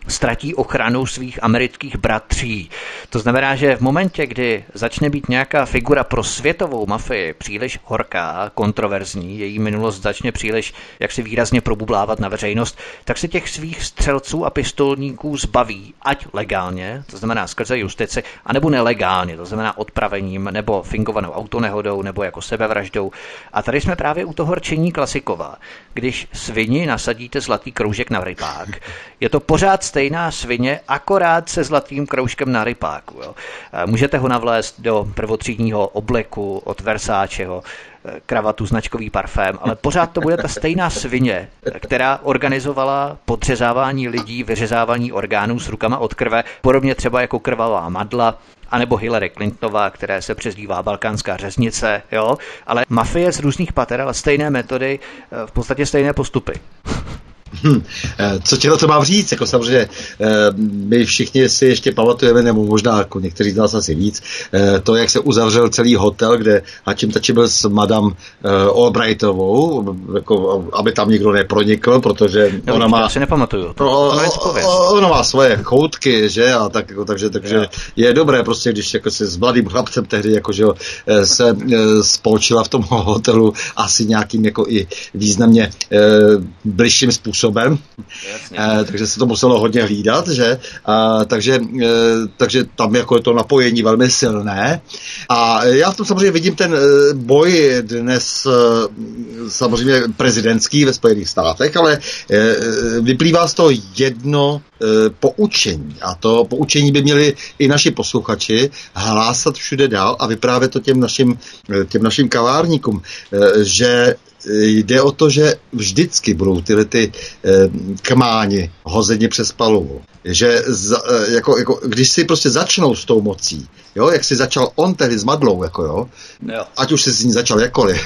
ztratí ochranu svých amerických bratří. To znamená, že v momentě, kdy začne být nějaká figura pro světovou mafii příliš horká, kontroverzní, její minulost začne příliš jaksi výrazně probublávat na veřejnost, tak se těch svých střelců a pistolníků zbaví, ať legálně, to znamená skrze justici, anebo nelegálně, to znamená odpravením nebo fingovanou autonehodou nebo jako sebevraždou. A tady jsme právě u toho rčení Klasikova. Když svini nasadíte zlatý kroužek na rypák, je to pořád stejná svině, akorát se zlatým kroužkem na rypáku. Jo. Můžete ho navlézt do prvotřídního obleku od Versaceho, kravatu, značkový parfém, ale pořád to bude ta stejná svině, která organizovala podřezávání lidí, vyřezávání orgánů s rukama od krve, podobně třeba jako krvavá Madla, anebo Hillary Clintonová, které se přezdívá balkánská řeznice, jo? Ale mafie z různých pater, ale stejné metody, v podstatě stejné postupy. Co ti na to mám říct? Jako samozřejmě my všichni si ještě pamatujeme, nebo možná jako někteří z nás asi víc, to, jak se uzavřel celý hotel, kde Hačim Tači byl s madam Albrightovou, jako, aby tam nikdo nepronikl, protože no, ona má... Já si nepamatuju. Ona má svoje choutky, že? A tak, jako, takže je dobré prostě, když jako se s mladým chlapcem tehdy jako, že se spolčila v tom hotelu asi nějakým jako i významně bližším způsobem. Takže se to muselo hodně hlídat, že? Takže tam jako je to napojení velmi silné. A já v tom samozřejmě vidím ten boj dnes samozřejmě prezidentský ve Spojených státech, ale vyplývá z toho jedno poučení. A to poučení by měli i naši posluchači hlásat všude dál a vyprávět to těm našim kavárníkům, že jde o to, že vždycky budou tyhle ty kmáni hozeni přes palubu. Že jako, když si prostě začnou s tou mocí, jo, jak si začal on tehdy s Madlou, jako jo. Ať už si s ní začal jakkoliv,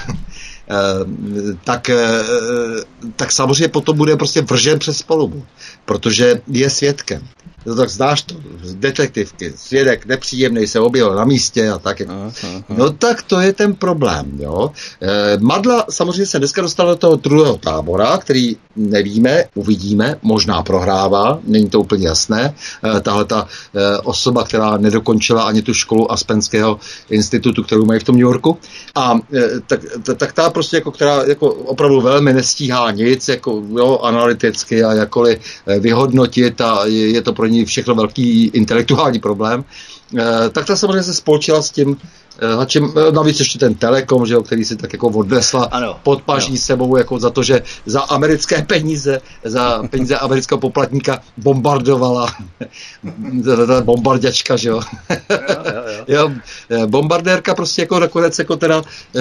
tak samozřejmě potom bude prostě vržen přes palubu, protože je svědkem. No tak znáš to, detektivky, svědek nepříjemnej se objevil na místě a tak. No tak to je ten problém, jo. Madla samozřejmě se dneska dostala do toho druhého tábora, který nevíme, uvidíme, možná prohrává, není to úplně jasné. Tahle ta osoba, která nedokončila ani tu školu Aspenského institutu, kterou mají v tom New Yorku. A tak ta prostě, jako, která jako opravdu velmi nestíhá nic, jako jo, analyticky a jakkoliv vyhodnotit a je to pro ní všechno velký intelektuální problém, tak ta samozřejmě se spolčila s tím Hačim, navíc ještě ten Telekom, že jo, který si tak jako odnesla pod paží sebou jako za to, že za americké peníze, za peníze amerického poplatníka bombardovala ta bombardačka, že jo. Jo, bombardérka prostě jako nakonec jako teda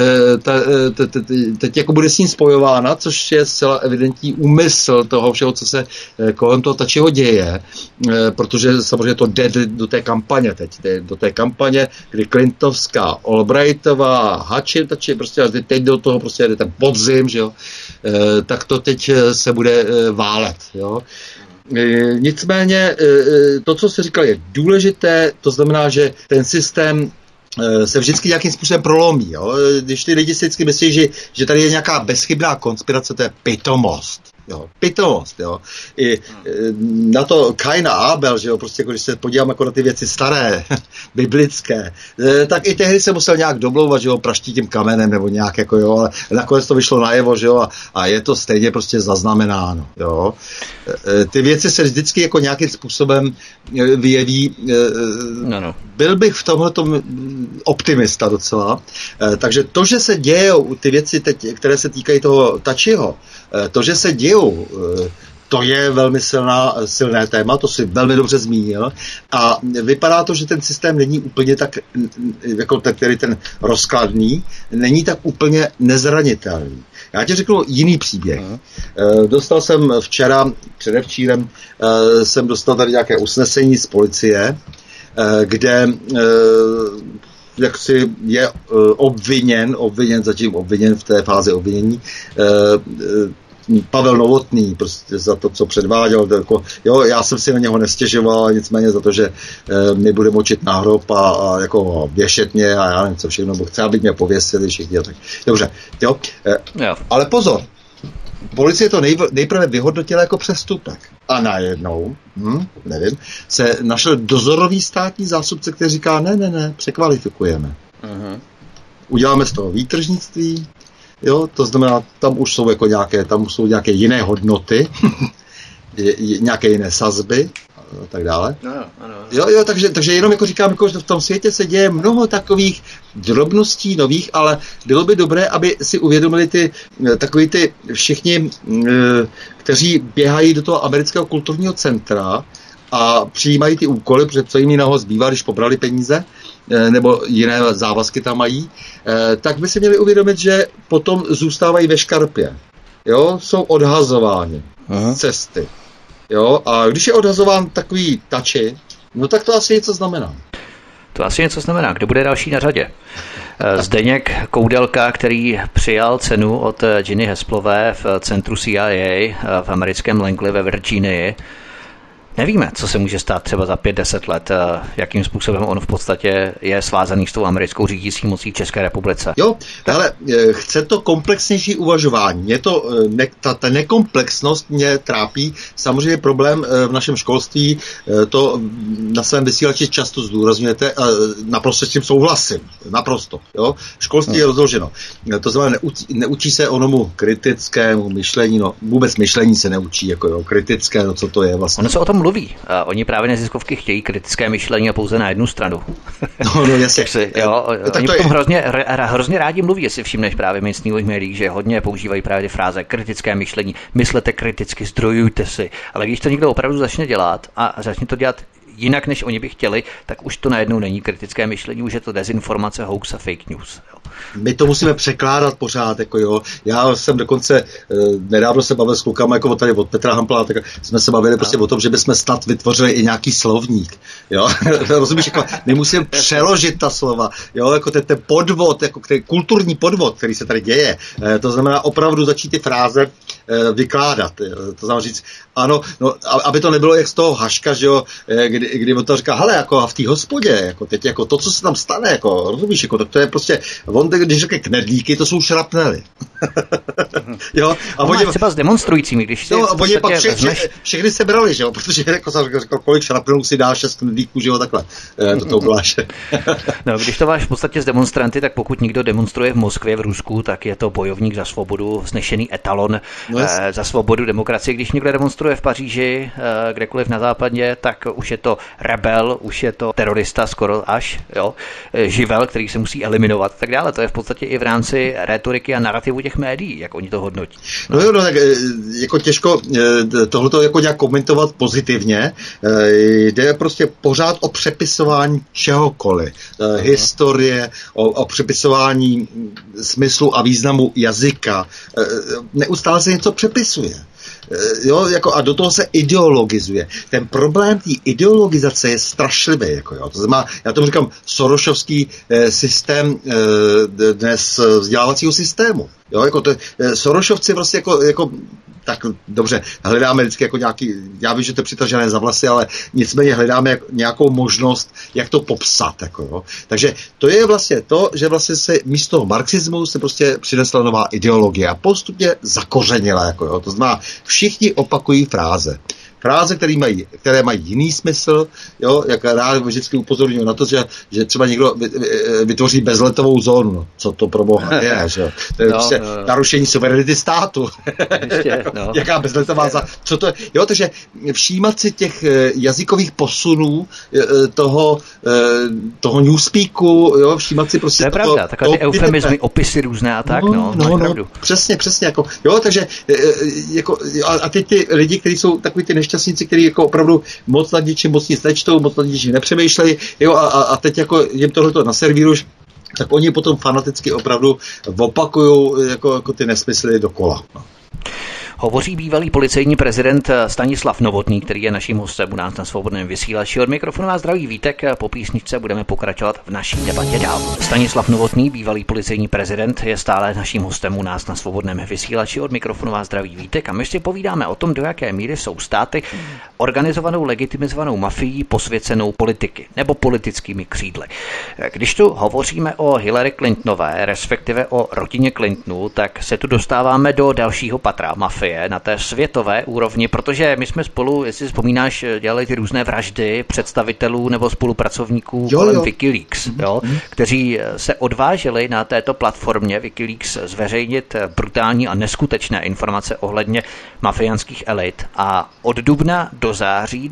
teď jako bude s ním spojována, což je zcela evidentní úmysl toho všeho, co se kolem toho Tačiho děje, protože samozřejmě to jde do té kampaně teď, do té kampaně, kdy Clintovská, Albrightová, Hačim Tači, prostě teď do toho prostě jde ten podzim, že jo, tak to teď se bude válet, jo. Nicméně to, co jsi říkal, je důležité, to znamená, že ten systém se vždycky nějakým způsobem prolomí. Jo? Když ty lidi si vždycky myslí, že tady je nějaká bezchybná konspirace, to je pitomost. Jo, pitomost, jo. I na to Kain a Abel, že jo, prostě jako když se podívám jako na ty věci staré, biblické, tak i tehdy se musel nějak domlouvat, že jo, praští tím kamenem nebo nějak jako jo, ale nakonec to vyšlo najevo, že jo, a je to stejně prostě zaznamenáno, jo. Ty věci se vždycky jako nějakým způsobem vyjeví. No. Byl bych v tomhletom optimista docela, takže to, že se dějou ty věci teď, které se týkají toho Tačiho, to, že se dějou, to je velmi silné téma, to si velmi dobře zmínil a vypadá to, že ten systém není úplně tak, jako který ten rozkladný, není tak úplně nezranitelný. Já ti řeknu jiný příběh. Dostal jsem předevčírem jsem dostal tady nějaké usnesení z policie, kde jaksi je zatím obviněn v té fázi obvinění, Pavel Novotný prostě za to, co předváděl. Jako, jo, já jsem si na něho nestěžoval, nicméně za to, že mi bude močit na hrob a jako věšet mě a já nevím co všechno, bo chce, aby mě pověsili všichni. Tak. Dobře, jo. Ale pozor, policie to nejprve vyhodnotila jako přestupek. a najednou, nevím, se našel dozorový státní zástupce, který říká, ne, překvalifikujeme. Uděláme z toho výtržnictví, jo, to znamená, tam už jsou jako nějaké jiné hodnoty, nějaké jiné sazby a tak dále. Ano. Jo, takže jenom jako říkám, jako, že v tom světě se děje mnoho takových drobností nových, ale bylo by dobré, aby si uvědomili takový ty všichni, kteří běhají do toho amerického kulturního centra a přijímají ty úkoly, protože co jim jiného zbývá, když pobrali peníze, nebo jiné závazky tam mají, tak by si měli uvědomit, že potom zůstávají ve škarpě. Jo, jsou odhazováni z cesty. Jo, a když je odhazován takový tači, no tak to asi něco znamená. To asi něco znamená. Kdo bude další na řadě? Zdeněk Koudelka, který přijal cenu od Ginny Hesplové v centru CIA v americkém Langley ve Virginii. Nevíme, co se může stát třeba za 5-10 let, jakým způsobem on v podstatě je svázaný s tou americkou řídící mocí v České republice. Jo, ale chce to komplexnější uvažování. Mě to, ta nekomplexnost mě trápí. Samozřejmě problém v našem školství, to na svém vysílači často zdůrazňujete a naprosto s tím souhlasím. Naprosto. Jo? Školství je rozloženo. To znamená, neučí se onomu kritickému myšlení, no vůbec myšlení se neučí, jako jo, kritické, no co to je vlastně. Ono se o tom mluví. Oni právě neziskovky chtějí kritické myšlení a pouze na jednu stranu. No jasně. Oni o tom hrozně rádi mluví, jestli všimneš právě mainstreamových médií, že hodně používají právě ty fráze kritické myšlení, myslete kriticky, zdrojujte si. Ale když to někdo opravdu začne dělat a začne to dělat jinak, než oni by chtěli, tak už to najednou není kritické myšlení, už je to dezinformace, hoax a fake news. Jo. My to musíme překládat pořád, jako jo. Já jsem dokonce nedávno se bavil s klukama, jako tady od Petra Hampla, tak jsme se bavili prostě o tom, že bychom snad vytvořili i nějaký slovník, jo. Rozumíš, jako my musíme přeložit ta slova, jo, jako ten podvod, jako kulturní podvod, který se tady děje. To znamená opravdu začít ty fráze vykládat. To znamená říct, ano, no, aby to nebylo jak z toho Haška, že jo, kdy on to říká, hele, jako a v té hospodě, jako teď, jako to, co se tam stane, jako, rozumíš, jako to je prostě, on, když řekne knedlíky, to jsou šrapnely. Jo, a oni třeba s demonstrujícími, když si oni pak všechny sebrali, že jo, protože jako jsem řekl, kolik šrapnelů si dá 6 knedlíků, že jo, takhle, do toho bláše. No, když to máš v podstatě s demonstranty, tak pokud někdo demonstruje v Moskvě, v Rusku, tak je to bojovník za svobodu, vznešený etalon za svobodu, demokracii. Když někdo demonstruje v Paříži, kdekoliv na západě, tak už je to rebel, už je to terorista skoro až, jo, živel, který se musí eliminovat, tak dále. To je v podstatě i v rámci rétoriky a narrativu těch médií, jak oni to hodnotí. No jo, no tak jako těžko tohleto jako nějak komentovat pozitivně. Jde prostě pořád o přepisování čehokoliv. Historie, o přepisování smyslu a významu jazyka. Neustále se něco přepisuje. Jo, jako a do toho se ideologizuje. Ten problém té ideologizace je strašlivý. Jako, jo. To znamená, já tomu říkám Sorosovský systém dnes vzdělávacího systému. Jo, jako Sorosovci prostě jako tak dobře, hledáme vždycky jako nějaký, já vím, že to je přitažené za vlasy, ale nicméně hledáme nějakou možnost, jak to popsat. Jako, jo. Takže to je vlastně to, že vlastně se místo marxismu se prostě přinesla nová ideologie a postupně zakořenila. Jako, jo. To znamená, všichni opakují fráze. Fráze, které mají jiný smysl, jo, jak rád vždycky upozorňuji na to, že třeba někdo vytvoří bezletovou zónu. No, co to pro boha je, že? To je prostě narušení suverenity státu. Ještě, no. Jaká bezletová zóna? Co to je? Jo, takže všímat si těch jazykových posunů toho newspeaku, jo, všímat si prostě to je pravda, takové ty eufemizmy, opisy různé a tak, no. Přesně, jako, jo, takže jako, a teď ty lidi, kteří jsou takový ty nešťastníci, kteří jako opravdu moc nad ničím moc nic nečtou, moc nad ničím nepřemýšlejí, jo, a teď jako jim tohleto naservíruješ, tak oni potom fanaticky opravdu opakujou jako ty nesmysly dokola. No. Hovoří bývalý policejní prezident Stanislav Novotný, který je naším hostem u nás na Svobodném vysílači. Od mikrofonu vás zdraví Vítek, po písničce budeme pokračovat v naší debatě dál. Stanislav Novotný, bývalý policejní prezident, je stále naším hostem u nás na Svobodném vysílači. Od mikrofonu vás zdraví Vítek a my si povídáme o tom, do jaké míry jsou státy organizovanou, legitimizovanou mafií posvěcenou politiky nebo politickými křídly. Když tu hovoříme o Hillary Clintonové, respektive o rodině Clintonů, tak se tu dostáváme do dalšího patra mafie. mafie na té světové úrovni, protože my jsme spolu, jestli vzpomínáš, dělali ty různé vraždy představitelů nebo spolupracovníků kolem Wikileaks, kteří se odvážili na této platformě Wikileaks zveřejnit brutální a neskutečné informace ohledně mafiánských elit. A od dubna do září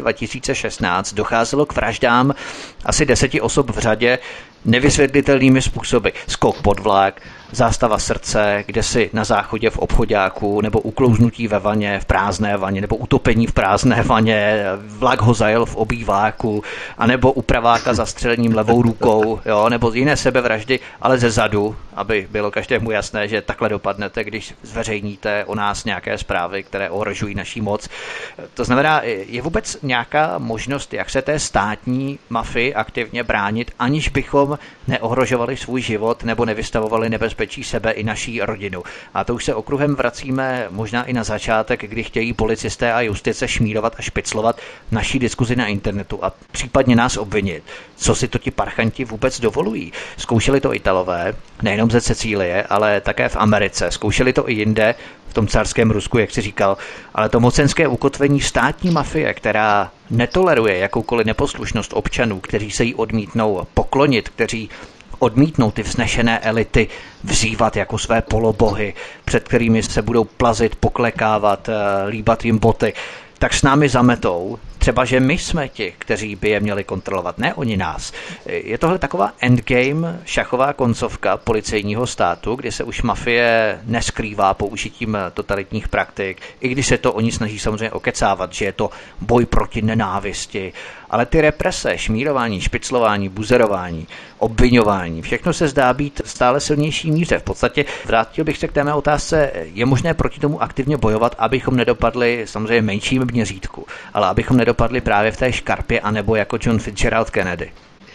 2016 docházelo k vraždám asi 10 osob v řadě nevysvětlitelnými způsoby. Skok pod vlak, zástava srdce, kdesi na záchodě v obchoďáku, nebo uklouznutí ve vaně, v prázdné vaně, nebo utopení v prázdné vaně, vlak ho zajel v obýváku, anebo u praváka zastřelením levou rukou, nebo jiné sebevraždy, ale ze zadu, aby bylo každému jasné, že takhle dopadnete, když zveřejníte o nás nějaké zprávy, které ohrožují naší moc. To znamená, je vůbec nějaká možnost, jak se té státní mafii aktivně bránit, aniž bychom neohrožovali svůj život nebo nevystavovali nebezpečí sebe i naší rodinu. A to už se okruhem vracíme možná i na začátek, kdy chtějí policisté a justice šmírovat a špiclovat naší diskuzi na internetu a případně nás obvinit. Co si to ti parchanti vůbec dovolují? Zkoušeli to Italové, nejenom ze Sicílie, ale také v Americe. Zkoušeli to i jinde, v tom carském Rusku, jak si říkal, ale to mocenské ukotvení státní mafie, která netoleruje jakoukoliv neposlušnost občanů, kteří se jí odmítnou poklonit, kteří odmítnou ty vznešené elity vzývat jako své polobohy, před kterými se budou plazit, poklekávat, líbat jim boty, tak s námi zametou. Třeba, že my jsme ti, kteří by je měli kontrolovat, ne oni nás. Je tohle taková endgame, šachová koncovka policejního státu, kdy se už mafie neskrývá použitím totalitních praktik, i když se to oni snaží samozřejmě okecávat, že je to boj proti nenávisti. Ale ty represe, šmírování, špiclování, buzerování, obviňování, všechno se zdá být stále silnější míře. V podstatě vrátil bych se k té mé otázce, je možné proti tomu aktivně bojovat, abychom nedopadli samozřejmě menším měřítku, ale abychom nedopadli právě v té škarpě, anebo jako John Fitzgerald Kennedy.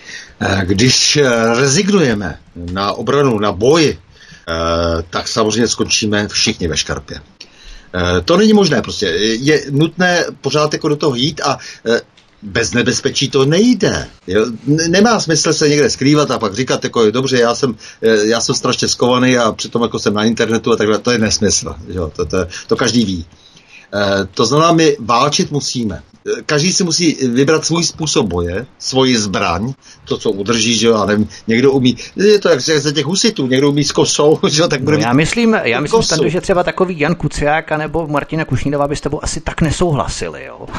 Když rezignujeme na obranu, na boj, tak samozřejmě skončíme všichni ve škarpě. To není možné prostě. Je nutné pořád jako do toho jít a bez nebezpečí to nejde. Jo? Nemá smysl se někde skrývat a pak říkat, jako dobře, já jsem strašně skovaný a přitom jako jsem na internetu a takhle. To je nesmysl. Jo? To každý ví. To znamená, my válčit musíme. Každý si musí vybrat svůj způsob boje, svoji zbraň, to, co udrží, že jo, a nevím, někdo umí, je to jak ze těch husitů, někdo umí s kosou, že jo, tak bude já myslím, Stando, že třeba takový Jan Kuciák nebo Martina Kušnírová by s tebou asi tak nesouhlasili, jo.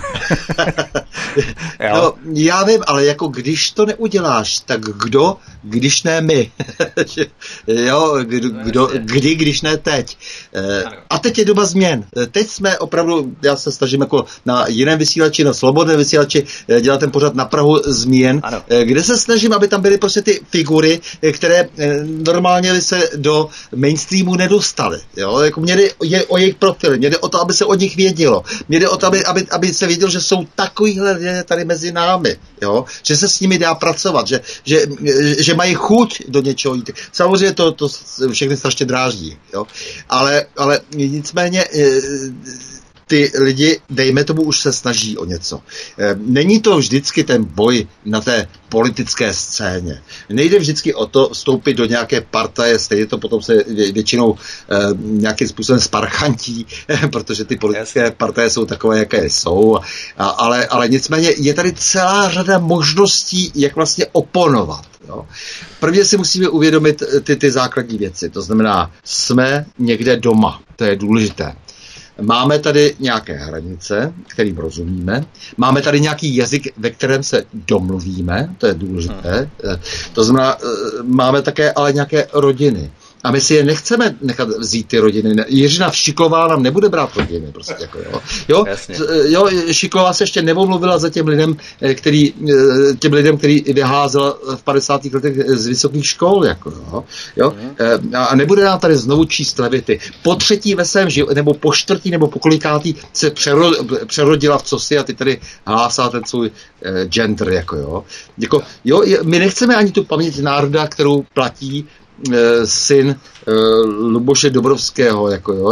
No, já vím, ale jako když to neuděláš, tak kdo, když ne my? Jo, kdy, když ne teď? A teď je doba změn. Teď jsme opravdu, já se snažím jako na jiném vysílači, na slobodné vysílači dělat ten pořad na prahu změn, kde se snažím, aby tam byly prostě ty figury, které normálně se do mainstreamu nedostaly. Jo? Jako mě jde o jejich profily, mě jde o to, aby se o nich vědělo. Mě jde o to, aby se vědělo, že jsou takovýhle lidé tady mezi námi. Jo? Že se s nimi dá pracovat, že mají chuť do něčeho jít. Samozřejmě to všechny strašně dráždí. Jo? Ale nicméně ty lidi, dejme tomu, už se snaží o něco. Není to vždycky ten boj na té politické scéně. Nejde vždycky o to vstoupit do nějaké partaje, stejně to potom se většinou nějakým způsobem sparchantí, protože ty politické partaje jsou takové, jaké jsou. Ale nicméně je tady celá řada možností, jak vlastně oponovat. Jo. Prvně si musíme uvědomit ty základní věci. To znamená, jsme někde doma. To je důležité. Máme tady nějaké hranice, kterým rozumíme. Máme tady nějaký jazyk, ve kterém se domluvíme, to je důležité. To znamená, máme také ale nějaké rodiny. A my si je nechceme nechat vzít ty rodiny. Jiřina Šiklová nám nebude brát rodiny. Prostě jako, jo, Šiklová se ještě nemluvila za těm lidem, který vyházel v 50. letech z vysokých škol. Jako, jo. A nebude nám tady znovu číst levity. Po třetí ve svém životě, nebo po čtvrtý, nebo po kolikátý se přerodila v cosi a ty tady hlásá ten svůj gender. My nechceme ani tu paměť národa, kterou platí syn Luboše Dobrovského,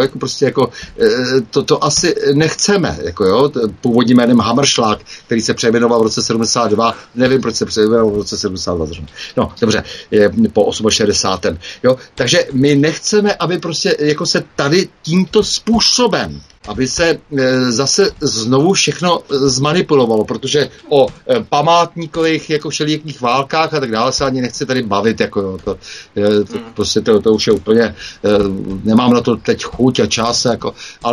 to asi nechceme, původním jménem Hammerschlag, který se přejmenoval v roce 72, nevím, proč se přejmenoval v roce 72, no, dobře, po 68. Jo, takže my nechceme, aby prostě jako se tady tímto způsobem aby se zase znovu všechno zmanipulovalo, protože o památníkových jako všelijakých válkách a tak dále se ani nechci tady bavit, jako jo, prostě to už je úplně, nemám na to teď chuť a čas, jako,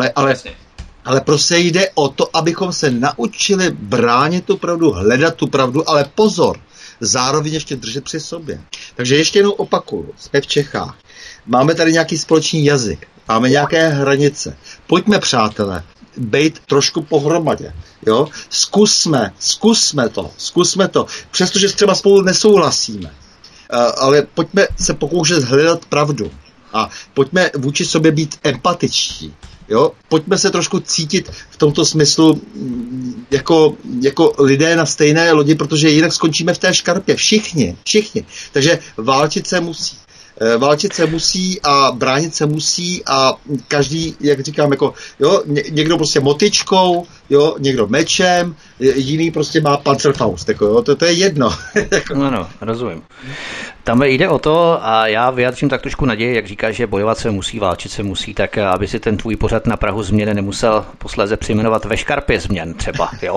ale prostě jde o to, abychom se naučili bránit tu pravdu, hledat tu pravdu, ale pozor, zároveň ještě držet při sobě. Takže ještě jednou opakuju, jsme v Čechách, máme tady nějaký společný jazyk, máme nějaké hranice. Pojďme, přátelé, bejt trošku pohromadě. Jo? Zkusme to. Přestože třeba spolu nesouhlasíme. Ale pojďme se pokoušet hledat pravdu. A pojďme vůči sobě být empatičtí. Jo? Pojďme se trošku cítit v tomto smyslu jako lidé na stejné lodi, protože jinak skončíme v té škarpě. Všichni. Takže válčit se musí a bránit se musí a každý, jak říkám, jako, jo, někdo prostě motyčkou, jo, někdo mečem, jiný prostě má Panzerfaust, jako, jo, to je jedno. No, rozumím. Tam jde o to a já vyjádřím tak trošku naději, jak říkáš, že bojovat se musí, válčit se musí, tak aby si ten tvůj pořad na prahu změny nemusel posléze přejmenovat ve škarpě změn třeba, jo.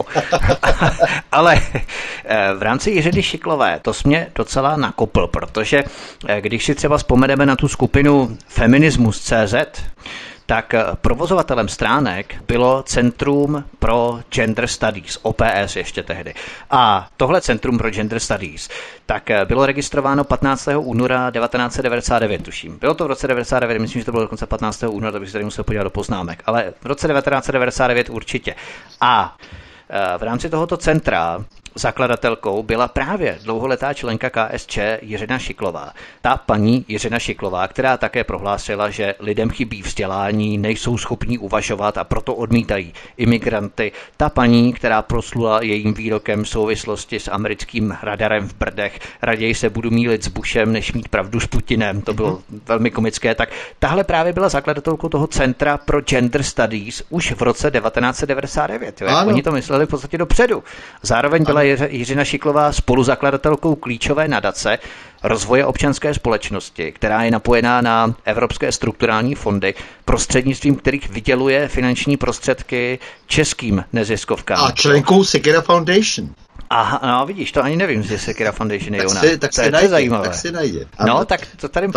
Ale v rámci Jiřiny Šiklové to jsi mě docela nakopl, protože když si třeba vzpomeneme na tu skupinu Feminismus.cz, tak provozovatelem stránek bylo Centrum pro Gender Studies, OPS ještě tehdy. A tohle Centrum pro Gender Studies tak bylo registrováno 15. února 1999, tuším. Bylo to v roce 1999, myslím, že to bylo dokonce 15. února, to bych se tady musel podívat do poznámek, ale v roce 1999 určitě. A v rámci tohoto centra zakladatelkou byla právě dlouholetá členka KSČ Jiřina Šiklová. Ta paní Jiřina Šiklová, která také prohlásila, že lidem chybí vzdělání, nejsou schopní uvažovat a proto odmítají imigranty. Ta paní, která proslula jejím výrokem v souvislosti s americkým radarem v Brdech, raději se budu mýlit s Bushem, než mít pravdu s Putinem. To bylo velmi komické. Tak tahle právě byla zakladatelkou toho Centra pro Gender Studies už v roce 1999. Oni to mysleli v podstatě dopředu. Zároveň byla Jiřina Šiklová spoluzakladatelkou klíčové nadace rozvoje občanské společnosti, která je napojená na evropské strukturální fondy, prostřednictvím kterých vyděluje finanční prostředky českým neziskovkám. A členkou Sekera Foundation. Aha, no vidíš, to ani nevím, že Sekera Foundation je ona. Tak si najde. No, tak to tady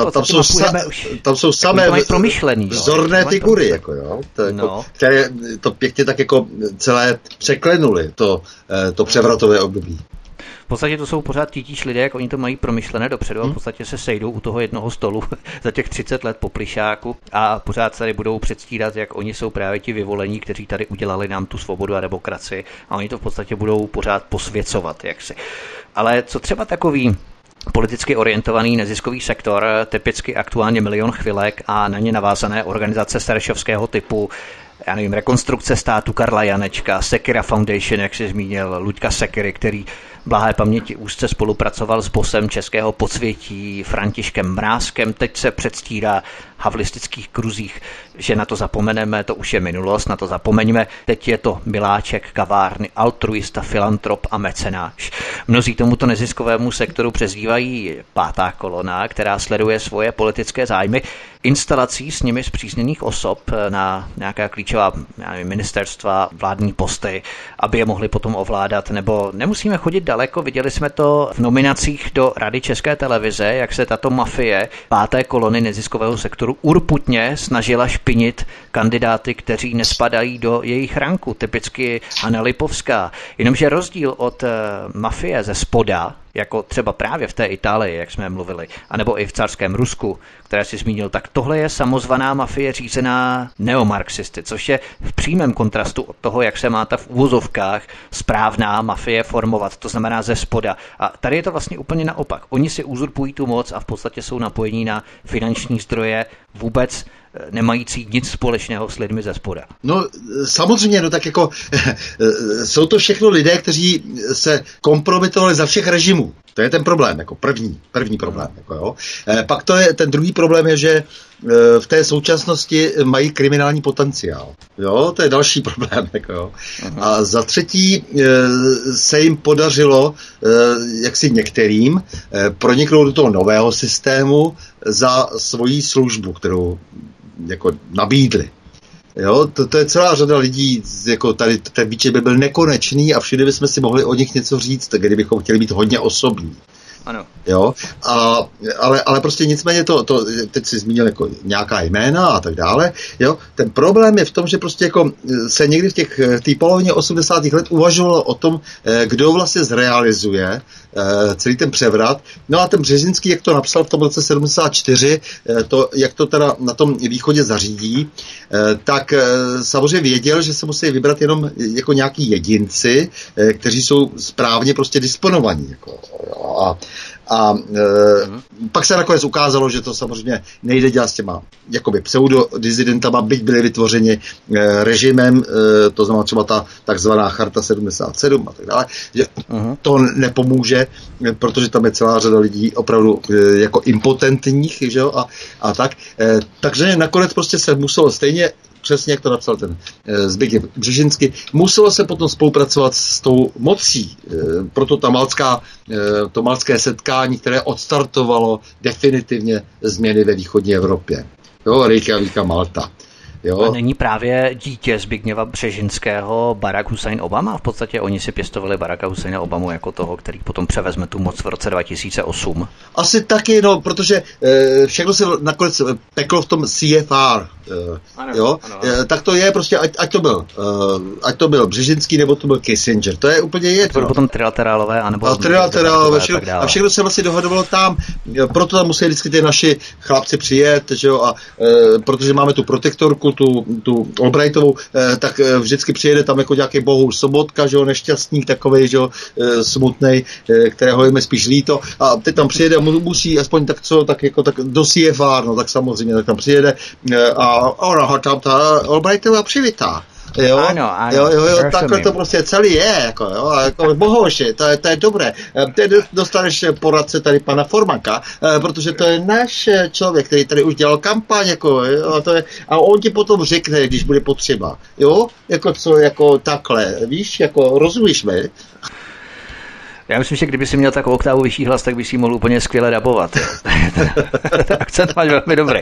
tam jsou samé promyšlený, vzorné figury, jako jo, které to pěkně tak jako celé překlenuli, to převratové období. V podstatě to jsou pořád títíž lidé, jak oni to mají promyšlené dopředu a v podstatě se sejdou u toho jednoho stolu za těch 30 let po plišáku a pořád tady budou předstírat, jak oni jsou právě ti vyvolení, kteří tady udělali nám tu svobodu a demokracii a oni to v podstatě budou pořád posvěcovat, jaksi. Ale co třeba takový politicky orientovaný neziskový sektor, typicky aktuálně Milion chvilek a na ně navázané organizace staršovského typu, já nevím, Rekonstrukce státu Karla Janečka, Sekera Foundation, jak si zmínil, Luďka Sekery, který blahé paměti úzce spolupracoval s bossem českého podsvětí Františkem Mrázkem, teď se předstírá v havlistických kruzích, že na to zapomeneme, to už je minulost, na to zapomeňme, teď je to miláček kavárny, altruista, filantrop a mecenáš. Mnozí tomuto neziskovému sektoru přezdívají pátá kolona, která sleduje svoje politické zájmy instalací s nimi spřízněných osob na nějaká klíčová ministerstva, vládní posty, aby je mohli potom ovládat, nebo nemusíme chodit daleko, viděli jsme to v nominacích do Rady České televize, jak se tato mafie páté kolony neziskového sektoru urputně snažila špinit kandidáty, kteří nespadají do jejich ranku, typicky Hana Lipovská. Jenomže rozdíl od mafie ze spoda, jako třeba právě v té Itálii, jak jsme mluvili, anebo i v carském Rusku, které si zmínil, tak tohle je samozvaná mafie řízená neomarxisty, což je v přímém kontrastu od toho, jak se má ta v úvozovkách správná mafie formovat, to znamená ze spoda. A tady je to vlastně úplně naopak. Oni si uzurpují tu moc a v podstatě jsou napojení na finanční zdroje vůbec nemající nic společného s lidmi ze spoda. No samozřejmě, no tak jako jsou to všechno lidé, kteří se kompromitovali za všech režimů. To je ten problém, jako první problém. Jako jo. Pak ten druhý problém je, že v té současnosti mají kriminální potenciál. Jo, to je další problém. Jako jo. A za třetí se jim podařilo, jaksi některým, proniknout do toho nového systému za svoji službu, kterou jako nabídli. Jo, to je celá řada lidí, jako tady ten výčet by byl nekonečný a všude bychom si mohli o nich něco říct, kdybychom chtěli být hodně osobní. Ano. Jo, ale prostě nicméně to teď si zmínil jako nějaká jména a tak dále, jo, ten problém je v tom, že prostě jako se někdy v té polovině 80. let uvažovalo o tom, kdo vlastně zrealizuje celý ten převrat. No a ten Březinský, jak to napsal v tom roce 74, jak to teda na tom východě zařídí, tak samozřejmě věděl, že se musí vybrat jenom jako nějaký jedinci, kteří jsou správně prostě disponovaní. Jako, a pak se nakonec ukázalo, že to samozřejmě nejde dělat s těma jakoby pseudodizidentama, byť byly vytvořeni režimem, to znamená třeba ta takzvaná Charta 77 a tak dále, že to nepomůže, protože tam je celá řada lidí opravdu jako impotentních, že jo, a tak. Takže nakonec prostě se muselo stejně, přesně jak to napsal ten Zbigněv Břežinský, muselo se potom spolupracovat s tou mocí. Proto to maltské setkání, které odstartovalo definitivně změny ve východní Evropě. Jo, Reykjavík a Malta. Jo. A není právě dítě Zbigněva Břežinského Barack Hussein Obama? V podstatě oni si pěstovali Baracka Husseina Obamu jako toho, který potom převezme tu moc v roce 2008. Asi taky, no, protože všechno se nakonec peklo v tom CFR. Ano, jo? Ano. Tak to je prostě, ať to byl Břežinský, nebo to byl Kissinger. To je úplně jedno. Potom trilaterálové, anebo trilaterálové, a všechno se vlastně dohadovalo tam. Proto tam museli vždycky ty naši chlapci přijet, že jo, a protože máme tu protektorku, tu Albrightovou, tak vždycky přijede tam jako nějaký Bohuš Sobotka, že jo, nešťastník takovej, že jo, smutnej, kterého je mi spíš líto, a teď tam přijede a musí aspoň tak do CFR, no tak samozřejmě, tak tam přijede a ona ho tam ta Albrightová přivítá. Jo, ano, jo, takhle to prostě celý je, jako Bohoši, to je dobré. Ty dostaneš poradce tady pana Formaka, protože to je náš člověk, který tady už dělal kampaň, jako, jo, a on ti potom řekne, když bude potřeba, jo, jako takhle, víš, jako rozumíš mi? Já myslím, že kdyby si měl takovou oktávu vyšší hlas, tak by si mohl úplně skvěle dabovat. Ten akcent máš velmi dobrý.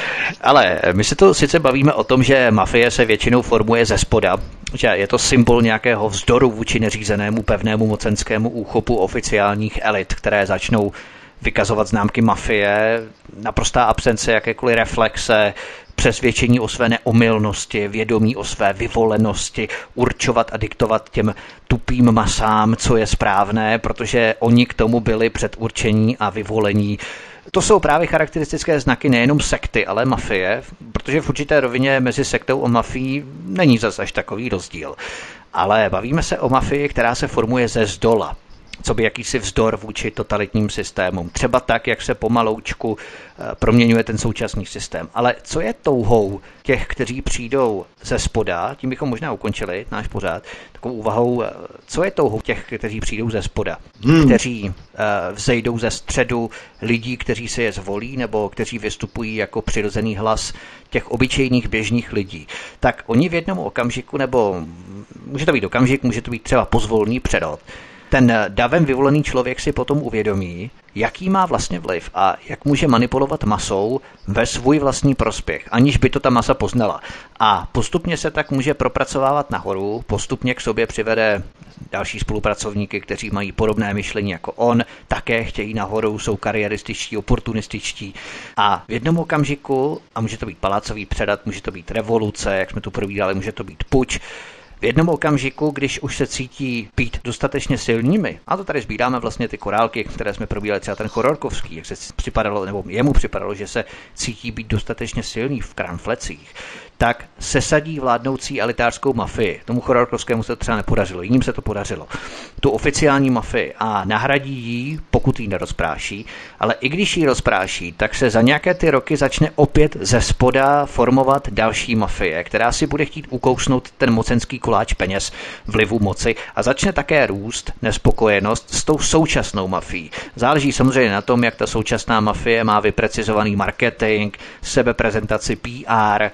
Ale my se to sice bavíme o tom, že mafie se většinou formuje ze spoda, že je to symbol nějakého vzdoru vůči neřízenému pevnému mocenskému úchopu oficiálních elit, které začnou vykazovat známky mafie, naprostá absence jakékoliv reflexe, přesvědčení o své neomylnosti, vědomí o své vyvolenosti, určovat a diktovat těm tupým masám, co je správné, protože oni k tomu byli předurčení a vyvolení. To jsou právě charakteristické znaky nejenom sekty, ale mafie, protože v určité rovině mezi sektou a mafií není zas až takový rozdíl. Ale bavíme se o mafii, která se formuje ze zdola, co by jakýsi vzdor vůči totalitním systémům. Třeba tak, jak se pomaloučku proměňuje ten současný systém. Ale co je touhou těch, kteří přijdou ze spoda, tím bychom možná ukončili náš pořád, takovou úvahou, co je touhou těch, kteří přijdou ze spoda, kteří vzejdou ze středu lidí, kteří si je zvolí, nebo kteří vystupují jako přirozený hlas těch obyčejných běžných lidí. Tak oni v jednom okamžiku, nebo může to být okamžik, může to být třeba pozvolný přerod, ten davem vyvolený člověk si potom uvědomí, jaký má vlastně vliv a jak může manipulovat masou ve svůj vlastní prospěch, aniž by to ta masa poznala. A postupně se tak může propracovávat nahoru, postupně k sobě přivede další spolupracovníky, kteří mají podobné myšlení jako on, také chtějí nahoru, jsou kariérističtí, oportunističtí. A v jednom okamžiku, a může to být palácový převrat, může to být revoluce, jak jsme tu probídali, může to být puč, v jednom okamžiku, když už se cítí být dostatečně silnými, a to tady sbíráme vlastně ty korálky, které jsme probírali, třeba ten Chororkovský, jak se připadalo, nebo jemu připadalo, že se cítí být dostatečně silný v kramflecích, tak sesadí vládnoucí elitářskou mafii. Tomu Chororkovskému se to třeba nepodařilo, jiným se to podařilo. Tu oficiální mafii a nahradí ji, pokud ji nerozpráší, ale i když ji rozpráší, tak se za nějaké ty roky začne opět ze spoda formovat další mafie, která si bude chtít ukousnout ten mocenský koláč peněz, vlivu moci a začne také růst nespokojenost s tou současnou mafií. Záleží samozřejmě na tom, jak ta současná mafie má vyprecizovaný marketing, sebeprezentaci PR, na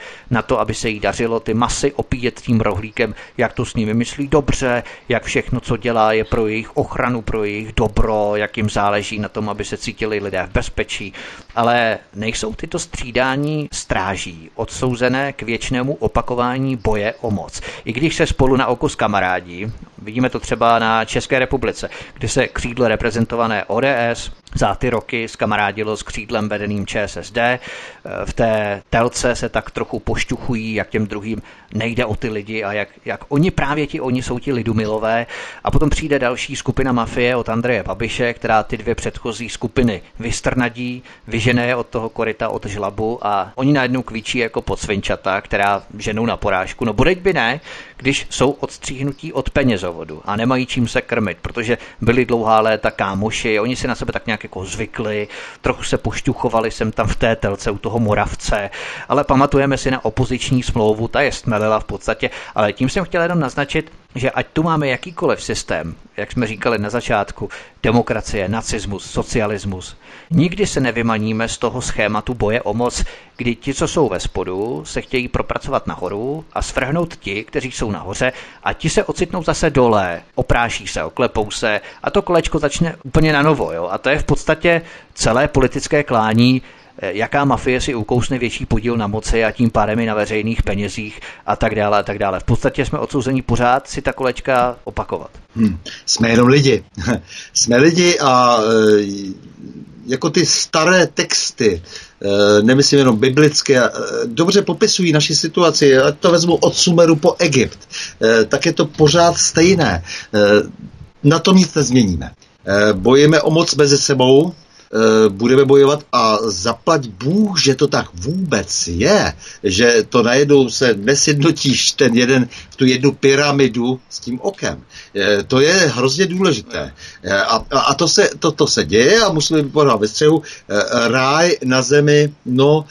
to, aby se jí dařilo ty masy opíjet tím rohlíkem, jak to s nimi myslí dobře, jak všechno, co dělá, je pro jejich ochranu, pro jejich dobro, jak jim záleží na tom, aby se cítili lidé v bezpečí. Ale nejsou tyto střídání stráží odsouzené k věčnému opakování boje o moc. I když se spolu na oko skamarádí, vidíme to třeba na České republice, kde se křídlo reprezentované ODS za ty roky skamarádilo s křídlem vedeným ČSSD. V té telce se tak trochu pošťuchují, jak těm druhým nejde o ty lidi a jak oni jsou ti lidumilové. A potom přijde další skupina mafie od Andreje Babiše, která ty dvě předchozí skupiny vystrnadí, vyžene je od toho koryta, od žlabu a oni najednou kvíčí jako podsvinčata, která ženou na porážku. No budeť by ne, když jsou odstříhnutí od penězovodu a nemají čím se krmit, protože byli dlouhá léta kámoši, oni si na sebe tak nějak jako zvykli, trochu se pošťuchovali sem tam v té telce u toho Moravce, ale pamatujeme si na opoziční smlouvu, ta je stmelila v podstatě, ale tím jsem chtěl jenom naznačit, že ať tu máme jakýkoliv systém, jak jsme říkali na začátku, demokracie, nacismus, socialismus, nikdy se nevymaníme z toho schématu boje o moc, kdy ti, co jsou ve spodu, se chtějí propracovat nahoru a svrhnout ti, kteří jsou nahoře a ti se ocitnou zase dole, opráší se, oklepou se a to kolečko začne úplně na novo. Jo? A to je v podstatě celé politické klání, jaká mafie si ukousne větší podíl na moci a tím pádem i na veřejných penězích a tak dále a tak dále. V podstatě jsme odsouzeni pořád si ta kolečka opakovat. Jsme jenom lidi. Jsme lidi a jako ty staré texty, nemyslím jenom biblické, dobře popisují naši situaci, ať to vezmu od Sumeru po Egypt, tak je to pořád stejné. Na tom nic nezměníme. Bojujeme o moc mezi sebou, budeme bojovat a zaplať Bůh, že to tak vůbec je, že to najednou se nesjednotíš v tu jednu pyramidu s tím okem. To je hrozně důležité. A to se děje a musíme pořád ve střehu. Ráj na zemi, no,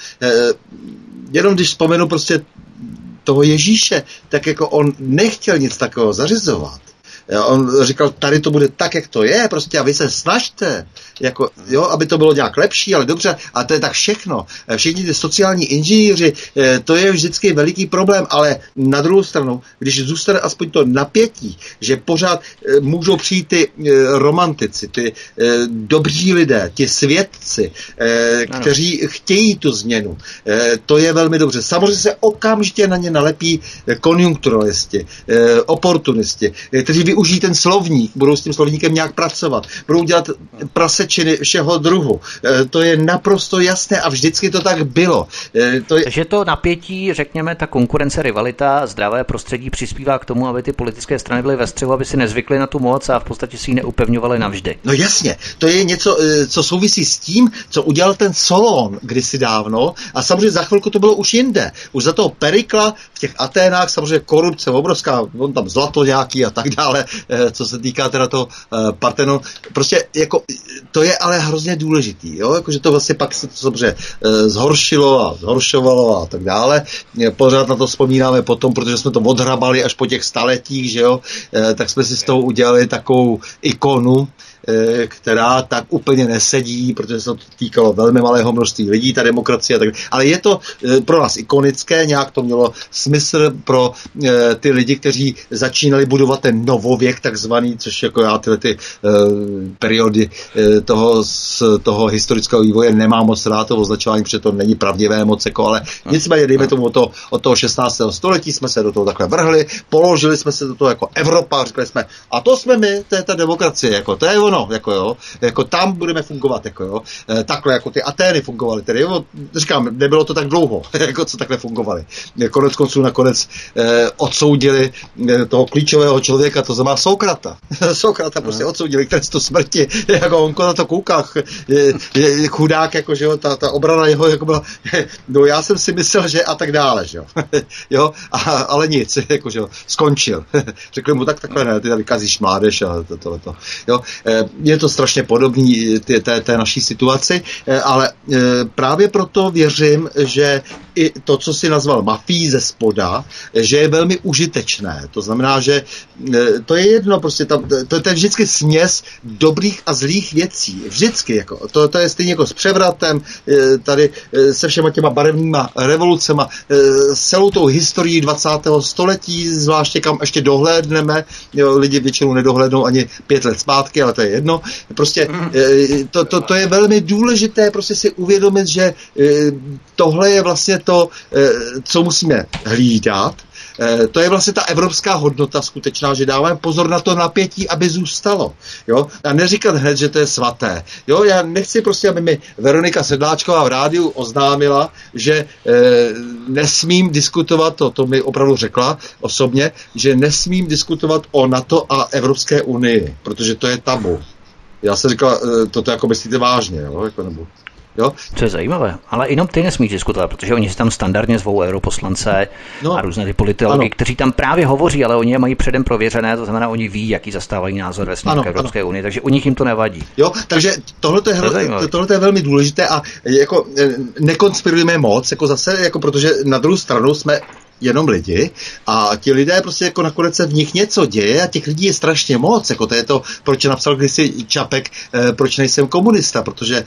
jenom když vzpomenu prostě toho Ježíše, tak jako on nechtěl nic takového zařizovat. On říkal, tady to bude tak, jak to je, prostě a vy se snažte, jako, jo, aby to bylo nějak lepší, ale dobře, a to je tak všechno. Všichni ty sociální inženýři, to je vždycky veliký problém, ale na druhou stranu, když zůstane aspoň to napětí, že pořád můžou přijít ty romantici, ty dobří lidé, ti svědci, kteří chtějí tu změnu, to je velmi dobře. Samozřejmě se okamžitě na ně nalepí konjunkturalisti, oportunisti, kteří využijí ten slovník, budou s tím slovníkem nějak pracovat, budou dělat prasečiny všeho druhu. To je naprosto jasné a vždycky to tak bylo. Takže to napětí, řekněme, ta konkurence, rivalita, zdravé prostředí přispívá k tomu, aby ty politické strany byly ve střehu, aby si nezvykly na tu moc a v podstatě si ji neupevňovaly navždy. No jasně, to je něco, co souvisí s tím, co udělal ten Solon kdysi dávno a samozřejmě za chvilku to bylo už jinde. Už za toho Perikla v těch Aténách samozřejmě korupce obrovská, on tam zlato nějaký a tak dále, co se týká teda toho Partenonu. Prostě jako to je ale hrozně důležitý, jo? Jako, že to vlastně pak se to samozřejmě zhoršilo a zhoršovalo a tak dále. Pořád na to vzpomínáme potom, protože jsme to odhrabali až po těch staletích, že jo? Tak jsme si z toho udělali takovou ikonu, která tak úplně nesedí, protože se to týkalo velmi malého množství lidí, ta demokracie, tak, ale je to pro nás ikonické, nějak to mělo smysl pro ty lidi, kteří začínali budovat ten novověk takzvaný, což jako já tyhle ty periody toho historického vývoje nemám moc rád, to označování, protože to není pravdivé moc, jako, ale nicméně dejme tomu od toho 16. století jsme se do toho takhle vrhli, položili jsme se do toho jako Evropa, řekli jsme, a to jsme my, to je ta demokracie, jako, to je ono, jako jo, jako tam budeme fungovat, jako jo, takhle jako ty Atény fungovaly, tedy jo, říkám, nebylo to tak dlouho, jako co takhle fungovaly. Konec konců nakonec odsoudili toho klíčového člověka, to znamená Sokrata. Sokrata prostě odsoudili k trestu smrti, jako on na to kouká, je chudák, jako že jo, ta obrana jeho jako byla, no já jsem si myslel, že a tak dále, že jo, jo, ale nic, jako že jo, skončil. Řekli mu, takhle ne, ty tady kazíš mládež a tohleto, jo. Je to strašně podobný té naší situaci, ale právě proto věřím, že i to, co si nazval mafií ze spoda, že je velmi užitečné. To znamená, že to je jedno, prostě to je vždycky směs dobrých a zlých věcí. Vždycky. Jako, to je stejně jako s převratem, tady se všema těma barevnýma revolucema, s celou tou historií 20. století, zvláště kam ještě dohlédneme. Jo, lidi většinou nedohlédnou ani 5 let zpátky, ale to je jedno. Prostě to je velmi důležité prostě si uvědomit, že tohle je vlastně to, co musíme hlídat. To je vlastně ta evropská hodnota skutečná, že dáváme pozor na to napětí, aby zůstalo. Jo? A neříkat hned, že to je svaté. Jo? Já nechci prostě, aby mi Veronika Sedláčková v rádiu oznámila, že nesmím diskutovat, to mi opravdu řekla osobně, že nesmím diskutovat o NATO a Evropské unii, protože to je tabu. Já jsem říkal, toto jako myslíte vážně, jo? Jako nebo... Jo? To je zajímavé, ale jenom ty nesmíš diskutovat, protože oni si tam standardně zvou europoslance a různé ty politology, kteří tam právě hovoří, ale oni je mají předem prověřené, to znamená, oni ví, jaký zastávají názor ve směru k Evropské unii, takže u nich jim to nevadí. Jo, takže tohle je velmi důležité a jako nekonspirujeme moc, jako zase, jako protože na druhou stranu jsme jenom lidi a ti lidé prostě jako nakonec se v nich něco děje a těch lidí je strašně moc, jako to je to, proč napsal kdysi Čapek, proč nejsem komunista, protože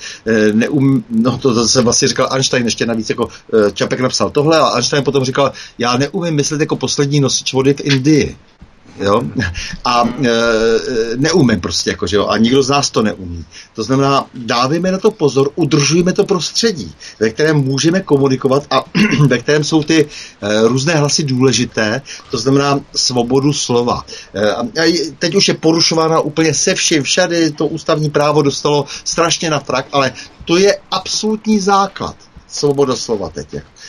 to se vlastně říkal Einstein ještě navíc, jako Čapek napsal tohle a Einstein potom říkal, já neumím myslet jako poslední nosič vody v Indii. Jo? A neumím prostě, jako, že jo? A nikdo z nás to neumí. To znamená, dávejme na to pozor, udržujeme to prostředí, ve kterém můžeme komunikovat a ve kterém jsou ty různé hlasy důležité, to znamená svobodu slova. A teď už je porušována úplně se vším, všady to ústavní právo dostalo strašně na frak, ale to je absolutní základ. Svoboda slova teď.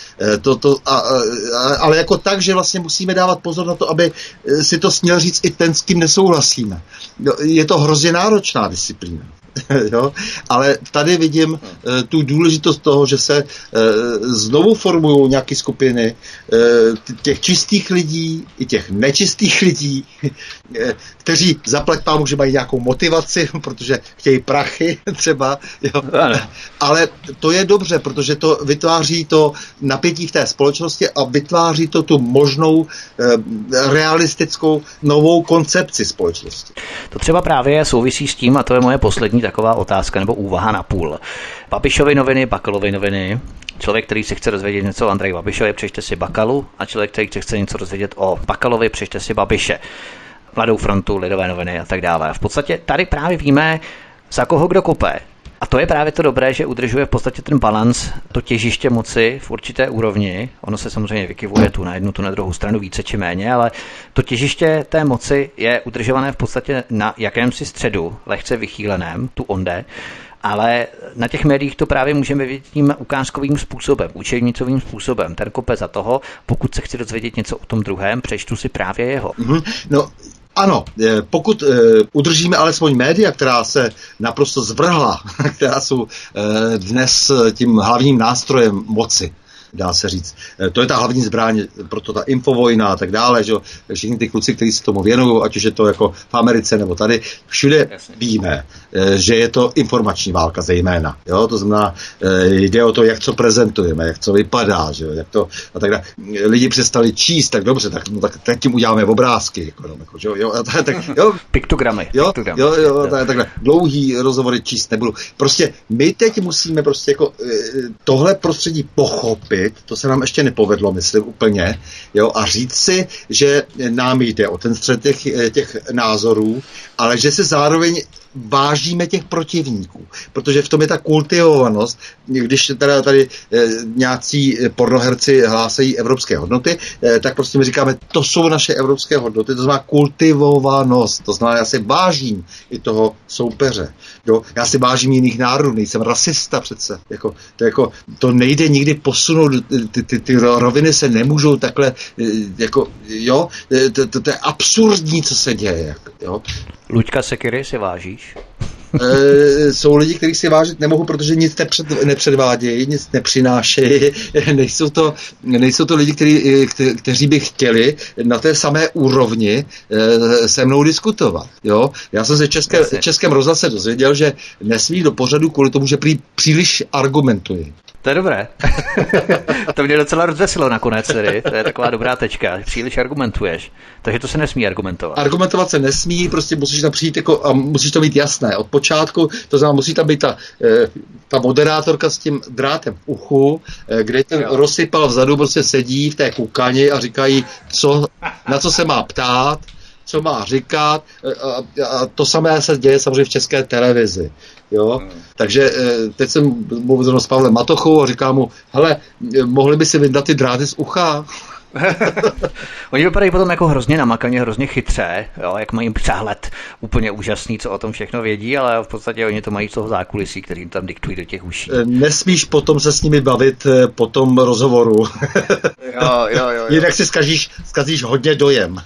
Ale jako tak, že vlastně musíme dávat pozor na to, aby si to směl říct i ten, s kým nesouhlasíme. Je to hrozně náročná disciplína. Jo? Ale tady vidím tu důležitost toho, že se znovu formují nějaké skupiny těch čistých lidí i těch nečistých lidí, kteří zaplať pámu, že mají nějakou motivaci, protože chtějí prachy třeba. Jo? Ale to je dobře, protože to vytváří to napětí v té společnosti a vytváří to tu možnou realistickou novou koncepci společnosti. To třeba právě souvisí s tím, a to je moje poslední taková otázka nebo úvaha na půl. Babišovy noviny, Bakalovy noviny. Člověk, který si chce dozvědět něco o Andreji Babišovi, přečte si Bakalu, a člověk, který chce něco dozvědět o Bakalovi, přečte si Babiše. Mladou frontu, Lidové noviny a tak dále. V podstatě tady právě víme, za koho kdo kope. A to je právě to dobré, že udržuje v podstatě ten balans, to těžiště moci v určité úrovni. Ono se samozřejmě vykyvuje tu na jednu, tu na druhou stranu více či méně, ale to těžiště té moci je udržované v podstatě na jakémsi středu, lehce vychýleném, tu onde, ale na těch médiích to právě můžeme vidět tím ukázkovým způsobem, učebnicovým způsobem. Ten kope za toho, pokud se chci dozvědět něco o tom druhém, přečtu si právě jeho. No. Ano, pokud udržíme alespoň média, která se naprosto zvrhla, která jsou dnes tím hlavním nástrojem moci, dá se říct. To je ta hlavní zbraň, proto ta infovojna a tak dále, že všichni ty kluci, kteří se tomu věnují, ať už je to jako v Americe nebo tady, všude víme, že je to informační válka zejména. Jo? To znamená, jde o to, jak co prezentujeme, jak co vypadá, že jak to a tak dále. Lidi přestali číst, tak dobře, tak tím uděláme obrázky. Piktogramy. Takhle dlouhý rozhovory číst nebudu. Prostě my teď musíme prostě jako tohle prostředí pochopit, to se nám ještě nepovedlo, myslím, úplně, jo, a říct si, že nám jde o ten střed těch názorů, ale že se zároveň vážíme těch protivníků, protože v tom je ta kultivovanost, když teda tady nějací pornoherci hlásají evropské hodnoty, tak prostě my říkáme, to jsou naše evropské hodnoty, to znamená kultivovanost, to znamená, já si vážím i toho soupeře, jo? Já si vážím jiných národů, nejsem rasista přece, to nejde nikdy posunout, ty roviny se nemůžou takhle, to je absurdní, co se děje, jo. Luďka Sekyry si vážíš? Jsou lidi, kteří si vážit nemohou, protože nic nepředvádějí, nic nepřinášejí. Nejsou to lidi, kteří by chtěli na té samé úrovni se mnou diskutovat. Jo? Já jsem se v Českém rozhlase dozvěděl, že nesmí do pořadu kvůli tomu, že příliš argumentují. To je dobré. To mě docela rozveselilo nakonec tedy. To je taková dobrá tečka. Příliš argumentuješ. Takže to se nesmí argumentovat. Argumentovat se nesmí, prostě musíš tam přijít a musíš to mít jasné od počátku. To znamená, musí tam být ta moderátorka s tím drátem v uchu, kde ten rozsypal vzadu prostě sedí v té kukani a říkají, na co se má ptát, co má říkat, a to samé se děje samozřejmě v České televizi. Jo? Takže teď jsem mluvil s Pavlem Matochou a říkám mu, hele, mohli by si vyndat ty dráty z ucha? Oni vypadají potom jako hrozně namakaně, hrozně chytře, jo, jak mají přehled úplně úžasný, co o tom všechno vědí, ale v podstatě oni to mají z toho zákulisí, který jim tam diktují do těch uší. Nesmíš potom se s nimi bavit po tom rozhovoru. Jo. Jinak si zkazíš hodně dojem.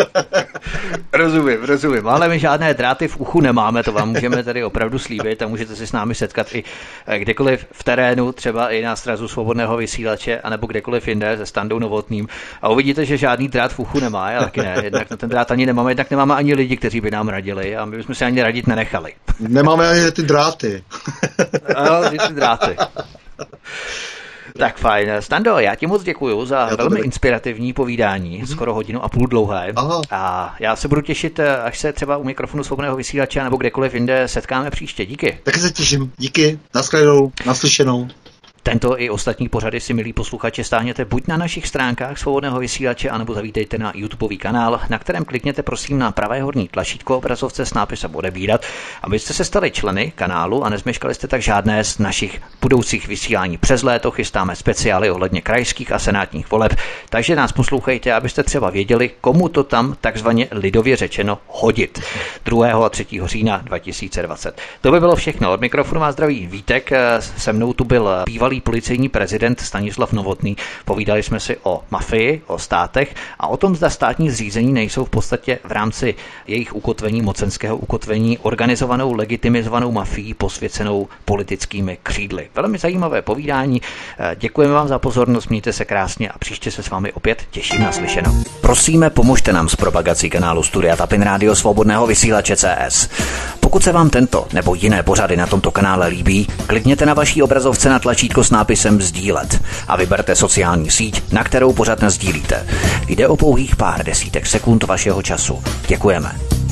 Rozumím, ale my žádné dráty v uchu nemáme, to vám můžeme tady opravdu slíbit a můžete si s námi setkat i kdekoliv v terénu, třeba i na strazu Svobodného vysílače, anebo kdekoliv jinde se Standou Novotným a uvidíte, že žádný drát v uchu nemá, já taky ne, jednak na ten drát ani nemáme, jednak nemáme ani lidi, kteří by nám radili a my bychom se ani radit nenechali. Nemáme ani ty dráty. Ano, ty dráty. Tak fajn. Stando, já ti moc děkuju za velmi inspirativní povídání, skoro 1,5 hodiny dlouhé. Aha. A já se budu těšit, až se třeba u mikrofonu Svobodného vysílače nebo kdekoliv jinde setkáme příště. Díky. Taky se těším. Díky. Naschledanou, naslyšenou. Tento i ostatní pořady si, milí posluchači, stáhněte buď na našich stránkách Svobodného vysílače, anebo zavítejte na YouTubeový kanál, na kterém klikněte prosím na pravé horní tlačítko obrazovce s nápisem odebírat, abyste se stali členy kanálu a nezmeškali jste tak žádné z našich budoucích vysílání. Přes léto chystáme speciály ohledně krajských a senátních voleb, takže nás poslouchejte, abyste třeba věděli, komu to tam takzvaně lidově řečeno hodit. 2. a 3. října 2020. To by bylo všechno. Od mikrofonu vás zdraví Vítek, se mnou tu byl bývalý policejní prezident Stanislav Novotný. Povídali jsme si o mafii, o státech a o tom, zda státní zřízení nejsou v podstatě v rámci jejich ukotvení, mocenského ukotvení, organizovanou, legitimizovanou mafií posvěcenou politickými křídly. Velmi zajímavé povídání. Děkujeme vám za pozornost, mějte se krásně a příště se s vámi opět těším na slyšenou. Prosíme, pomožte nám s propagací kanálu Studia Tapin Rádio Svobodného vysílače CS. Pokud se vám tento nebo jiné pořady na tomto kanále líbí, klikněte na vaší obrazovce na tlačítko s nápisem sdílet a vyberte sociální síť, na kterou pořad nasdílíte. Jde o pouhých pár desítek sekund vašeho času. Děkujeme.